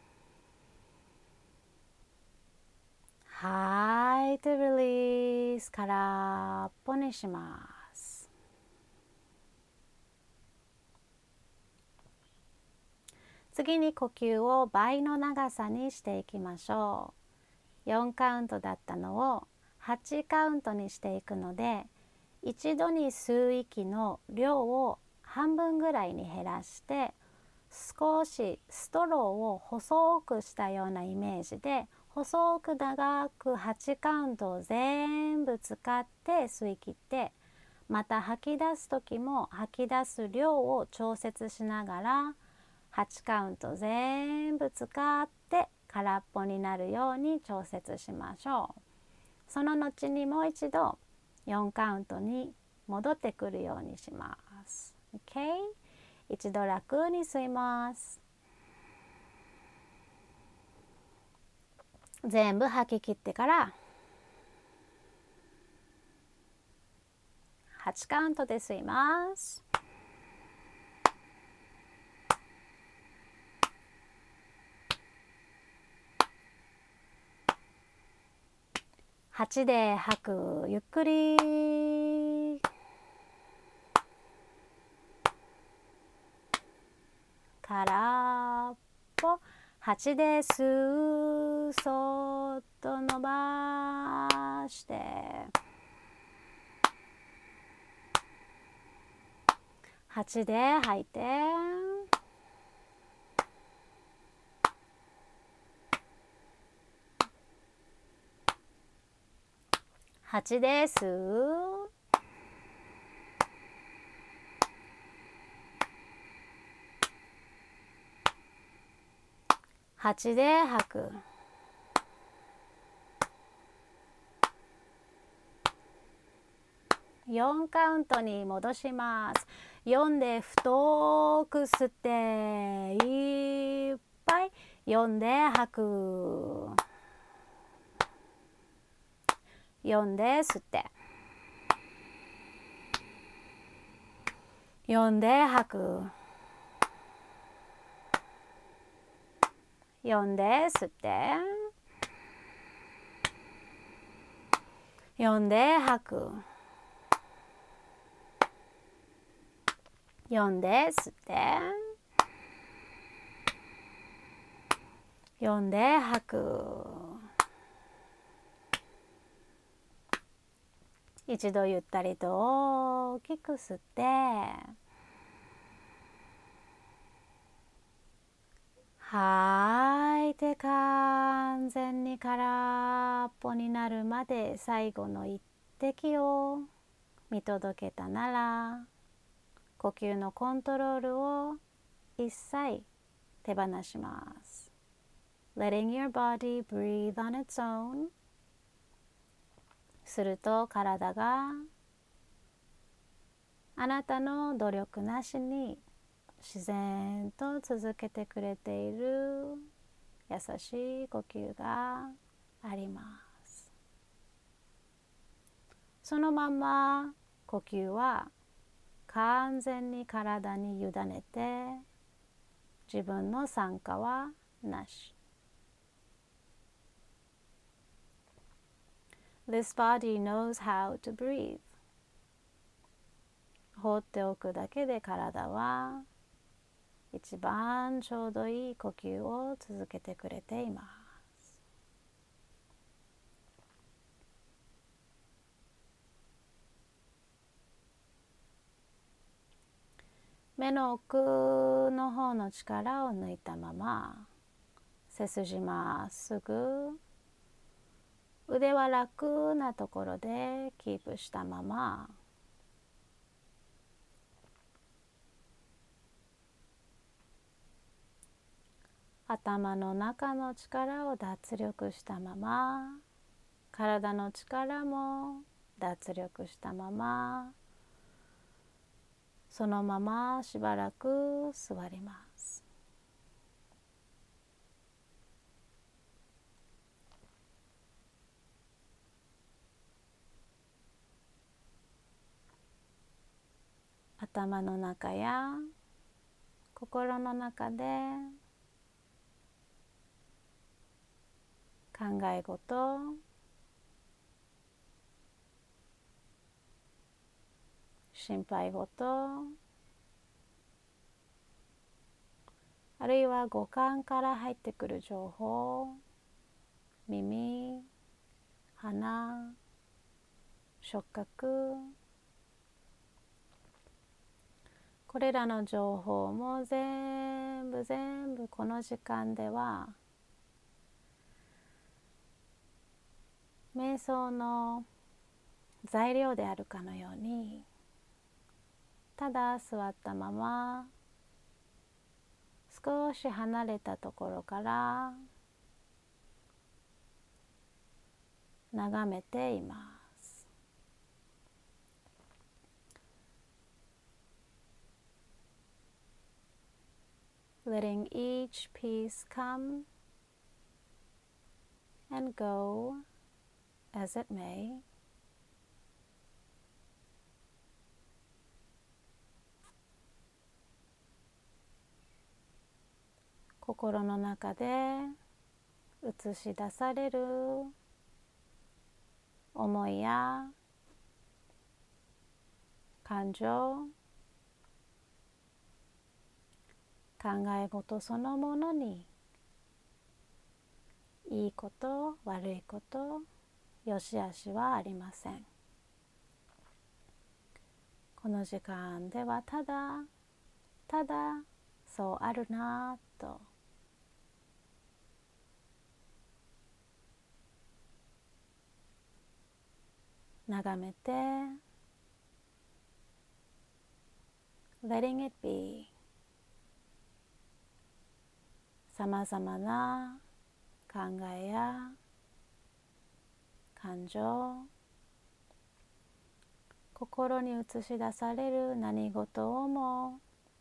吐いて Release、 空っぽにします。次に呼吸を倍の長さにしていきましょう。よんカウントだったのをはちカウントにしていくので、一度に吸う息の量を半分ぐらいに減らして、少しストローを細くしたようなイメージで、細く長くはちカウントを全部使って吸い切って、また吐き出す時も吐き出す量を調節しながらはちカウント全部使って空っぽになるように調節しましょう。その後にもう一度よんカウントに戻ってくるようにします。 OK、 一度楽に吸います。全部吐き切ってからはちカウントで吸います。はちで吐く。ゆっくり。空っぽ。はちで吸う。そっと伸ばして。はちで吐いて。 はちです。はちで吐く。よんカウントに戻します。よんで太く吸っていっぱい。よんで吐く。よんで吸って。よんで吐く。よんで吸って。よんで吐く。よんで吸って。よんで吐く。一度ゆったりと大きく吸って、吐いて完全に空っぽになるまで最後の一滴を見届けたなら、呼吸のコントロールを一切手放します。Letting your body breathe on its own。すると体があなたの努力なしに自然と続けてくれている優しい呼吸があります。そのまま呼吸は完全に体に委ねて、自分の参加はなし。This body knows how to breathe。放っておくだけで体は一番ちょうどいい呼吸を続けてくれています。目の奥の方の力を抜いたまま、背筋まっすぐ、腕は楽なところでキープしたまま、頭の中の力を脱力したまま、体の力も脱力したまま、そのまましばらく座ります。頭の中や心の中で考え事、心配事、あるいは五感から入ってくる情報、耳、鼻、触覚、これらの情報も全部全部この時間では瞑想の材料であるかのように、ただ座ったまま少し離れたところから眺めています。Letting each piece come and go as it may. 心の中で映し出される思いや感情、考え事そのものにいいこと悪いことよしあしはありません。この時間ではただただそうあるなと眺めて letting it be さまざまな考えや感情、心に映し出される何事をも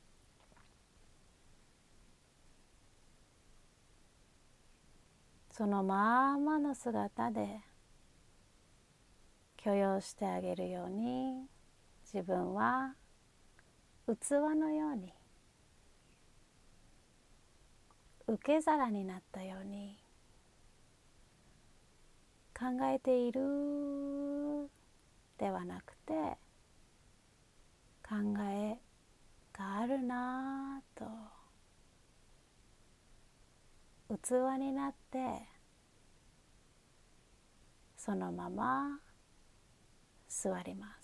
そのままの姿で許容してあげるように、自分は器のように、受け皿になったように考えているではなくて、考えがあるなぁと器になってそのまま座ります。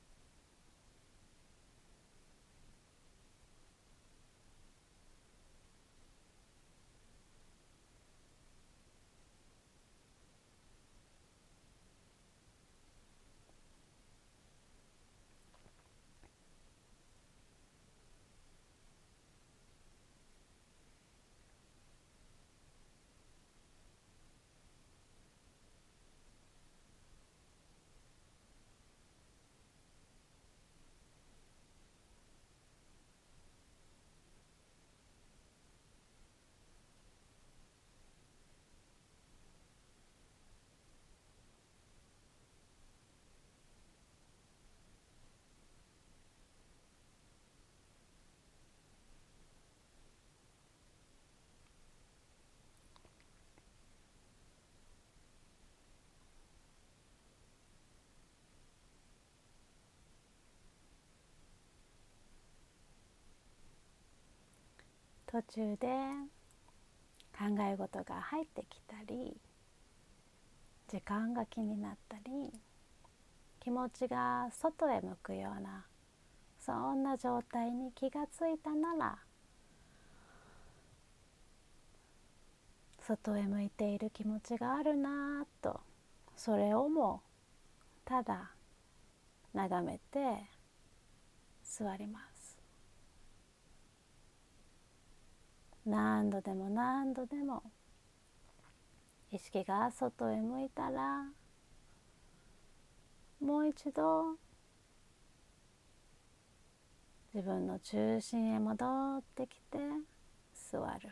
途中で考え事が入ってきたり、時間が気になったり、気持ちが外へ向くようなそんな状態に気がついたなら、外へ向いている気持ちがあるなぁと、それをもただ眺めて座ります。何度でも何度でも意識が外へ向いたら、もう一度自分の中心へ戻ってきて座る。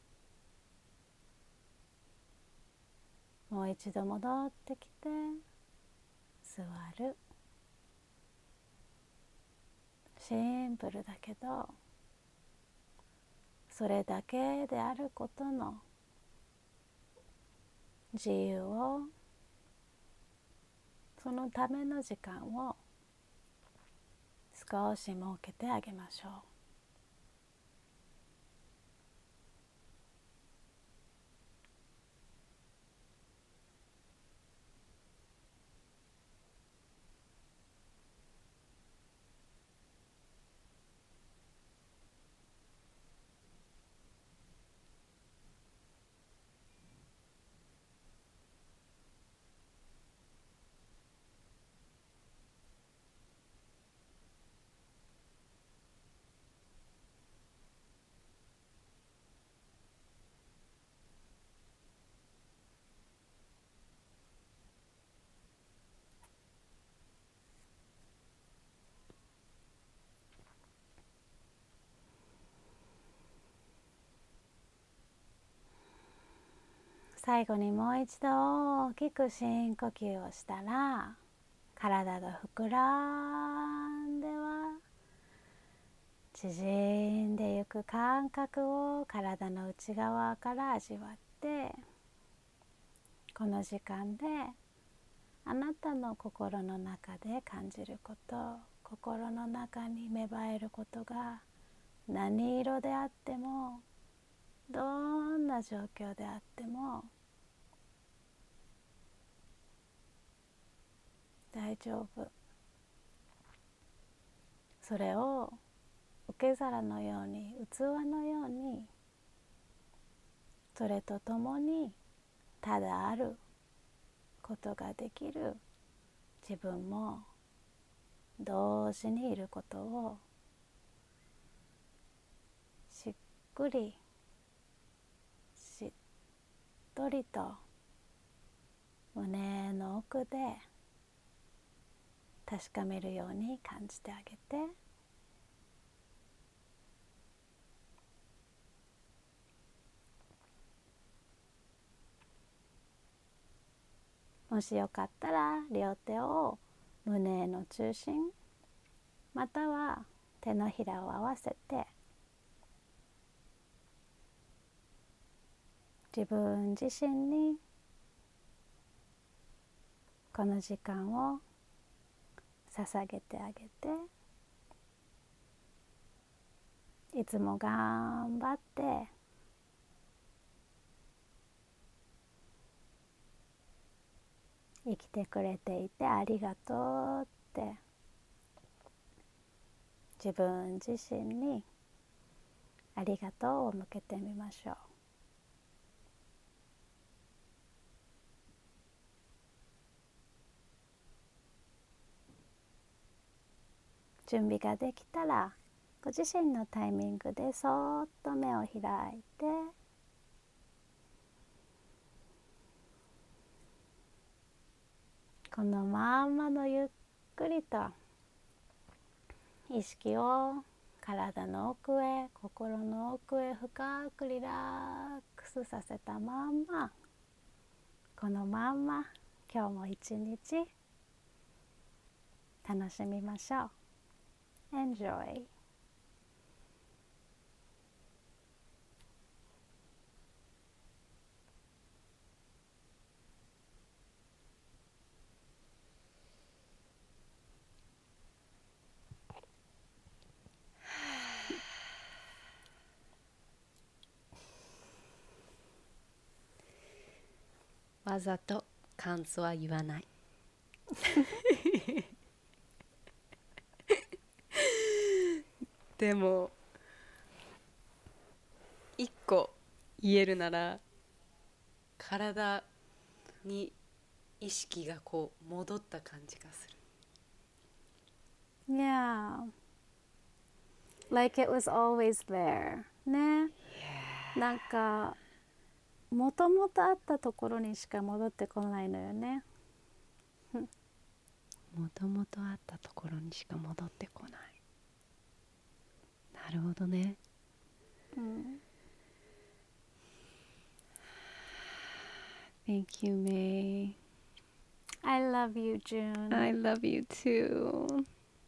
もう一度戻ってきて座る。シンプルだけど、それだけであることの自由を、そのための時間を少し設けてあげましょう。最後にもう一度大きく深呼吸をしたら、体が膨らんでは縮んでゆく感覚を体の内側から味わって、この時間であなたの心の中で感じること、心の中に芽生えることが何色であっても、どんな状況であっても大丈夫。それを受け皿のように、器のように、それとともにただあることができる自分も同時にいることをしっくりしっとりと胸の奥で確かめるように感じてあげて、もしよかったら両手を胸の中心または手のひらを合わせて自分自身にこの時間を捧げてあげて、いつも頑張って生きてくれていてありがとうって自分自身にありがとうを向けてみましょう。準備ができたらご自身のタイミングでそーっと目を開いて、このまんまのゆっくりと意識を体の奥へ心の奥へ深くリラックスさせたまんま、このまんま今日も一日楽しみましょう。Enjoy。 わざと感想は言わないでも一個言えるなら、体に意識がこう戻った感じがする。 Yeah. Like it was always there. ね。 Yeah. なんかもともとあったところにしか戻ってこないのよね。 もともとあったところにしか戻ってこない。なるほどね。 うん。 Thank you, May. I love you, June. I love you too.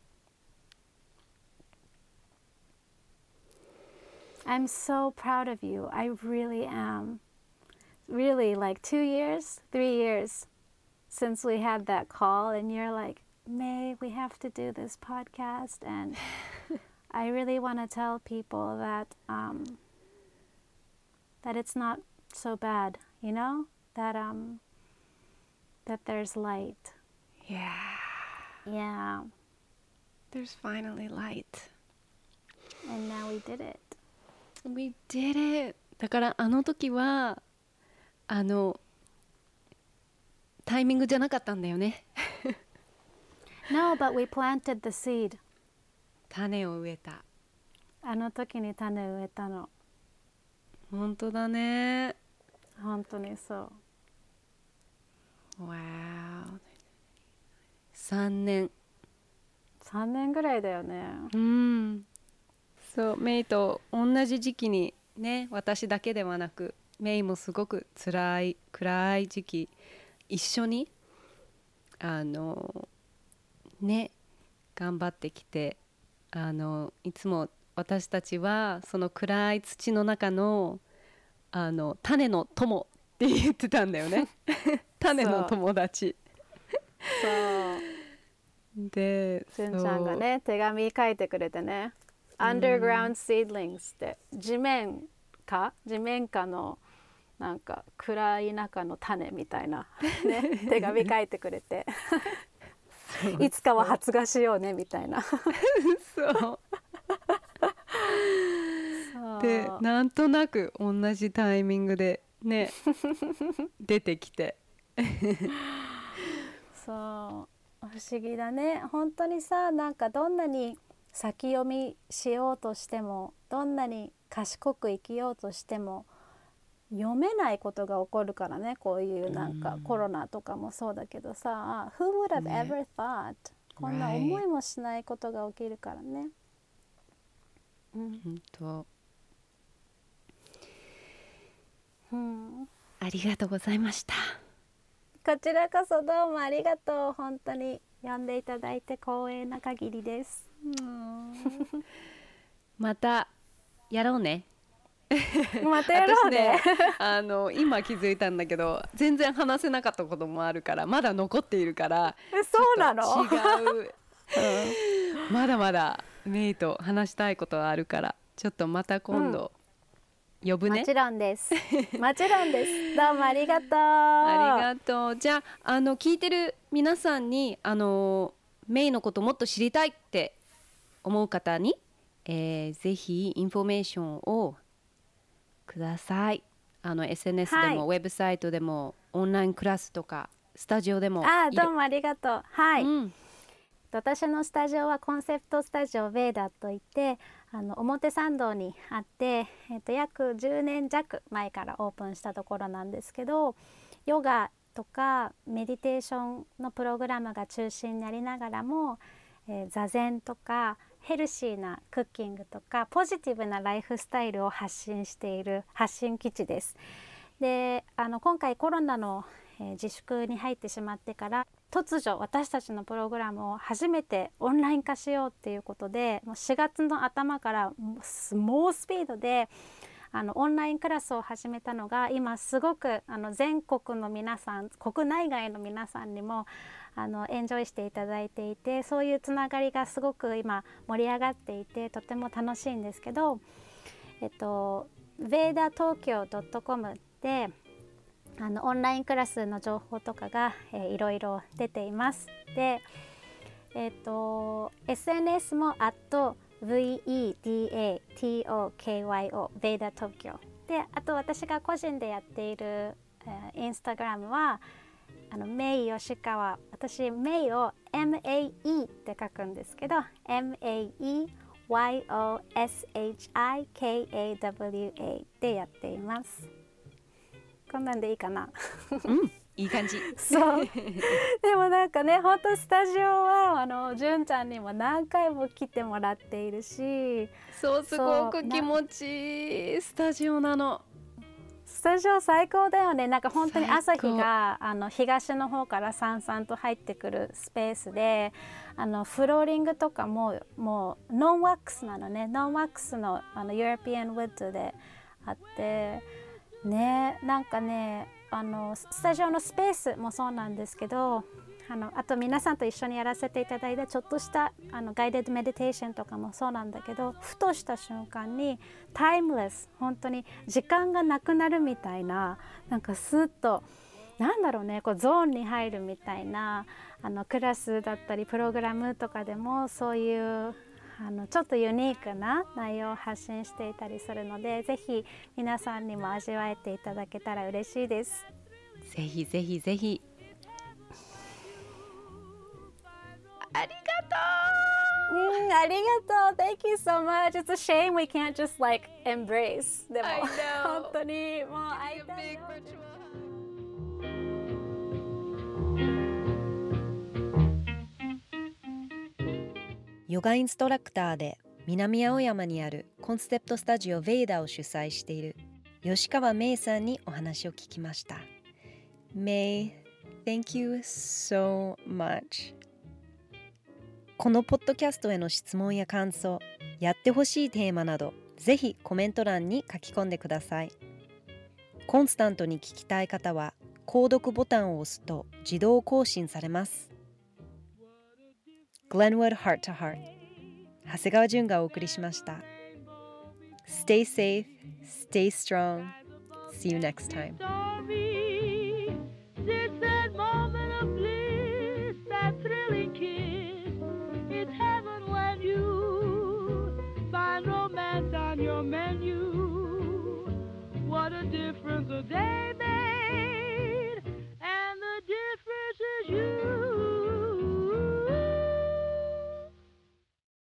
I'm so proud of you. I really am. Really, like two years, three years since we had that call, and you're like, May, we have to do this podcast, and I really want to tell people that um, that it's not so bad, you know, that um, that there's light. Yeah. Yeah. There's finally light. And now we did it. We did it. だからあの時はあのタイミングじゃなかったんだよね。 No, but we planted the seed. 種を植えた。 あの時に種植えたの。 本当だね。 本当にそう。 Wow。さんねん。 さんねんぐらいだよね。 うん。そう、メイと同じ時期にね、私だけではなくメイもすごく辛い暗い時期一緒にあのね頑張ってきて、あのいつも私たちはその暗い土の中のあの種の友って言ってたんだよね種の友達そうで、 せんちゃんがね手紙書いてくれてね、Underground Seedlings って地面下地面下のなんか暗い中の種みたいな、ね、手紙書いてくれていつかは発芽しようねみたいなそうでなんとなく同じタイミングでね出てきてそう思議だね。本当にさ、なんかどんなに先読みしようとしても、どんなに賢く生きようとしても読めないことが起こるからね。こういうなんかコロナとかもそうだけどさ、Who would have ever thought、こんな思いもしないことが起きるからね。うん、 本当、 うん、 ありがとうございました。 こちらこそどうもありがとう。本当に呼んでいただいて光栄な限りです。 またやろうね。 またやろうね。 私ね、あの今気づいたんだけど、全然話せなかったこともあるから、まだ残っているから。 え、そうなの？ 違う、うん、まだまだメイと話したいことはあるから、ちょっとまた今度、うん、呼ぶね。 もちろんです。もちろんです。どうもありがとう。 ありがとう。じゃあ、あの聞いてる皆さんに、あのメイのこともっと知りたいって思う方に、えー、ぜひインフォメーションをください。あの エスエヌエス でも、はい、ウェブサイトでも、オンラインクラスとかスタジオでも。 あ、どうもありがとう。はい、うん、私のスタジオはコンセプトスタジオベーダといって、あの表参道にあって、えっと、約じゅうねん弱前からオープンしたところなんですけど、ヨガとかメディテーションのプログラムが中心になりながらも、えー、座禅とかヘルシーなクッキングとかポジティブなライフスタイルを発信している発信基地です。で、あの今回コロナの、えー、自粛に入ってしまってから、突如私たちのプログラムを初めてオンライン化しようっていうことで、もうしがつの頭から猛スピードであのオンラインクラスを始めたのが、今すごくあの全国の皆さん、国内外の皆さんにもあのエンジョイしていただいていて、そういうつながりがすごく今盛り上がっていて、とても楽しいんですけど、えっとベーダ東京 ドットコム であのオンラインクラスの情報とかが、えー、いろいろ出ています。で、えっと エスエヌエス も アットブイイーディーエーティーオーケーワイオー ベーダ東京で、あと私が個人でやっている、えー、インスタグラムはあのメイ吉川、私メイを エムエーイー って書くんですけど エムエーイーワイオーエスエイチアイケーエーダブリューエー でやっています。こんなんでいいかな？ うん、いい感じ。 そうでもなんかね、本当スタジオはあの純ちゃんにも何回も来てもらっているし、 そう、すごく気持ちいいスタジオなの。 スタジオ最高だよね。なんか本当に朝日があの東の方からさんさんと入ってくるスペースで、あのフローリングとかももうノンワックスなのね。ノンワックスのあのユーロピアンウッドであってね、なんかね、あのスタジオのスペースもそうなんですけど、あのあと皆さんと一緒にやらせていただいたちょっとしたあのガイデッドメディテーションとかもそうなんだけど、ふとした瞬間にタイムレス、本当に時間がなくなるみたいな、なんかスッとなんだろうね、こうゾーンに入るみたいな、あのクラスだったりプログラムとかでもそういうあのちょっとユニークな内容を発信していたりするので、ぜひ皆さんにも味わえていただけたら嬉しいです。 ぜひぜひぜひ。ありがとう。うん、ありがとう。Thank you so much. It's a shame we can't just like embrace. でも本当にもう会いたいよ。 ヨガインストラクターで南青山にあるコンセプトスタジオベーダを主催している吉川芽衣さんにお話を聞きました。May, thank you so much. このポッドキャストへの質問や感想、やってほしいテーマなど、ぜひコメント欄に書き込んでください。コンスタントに聞きたい方は、購読ボタンを押すと自動更新されます。Glenwood Heart to Heart、長谷川純がお送りしました。Stay safe, stay strong. See you next time.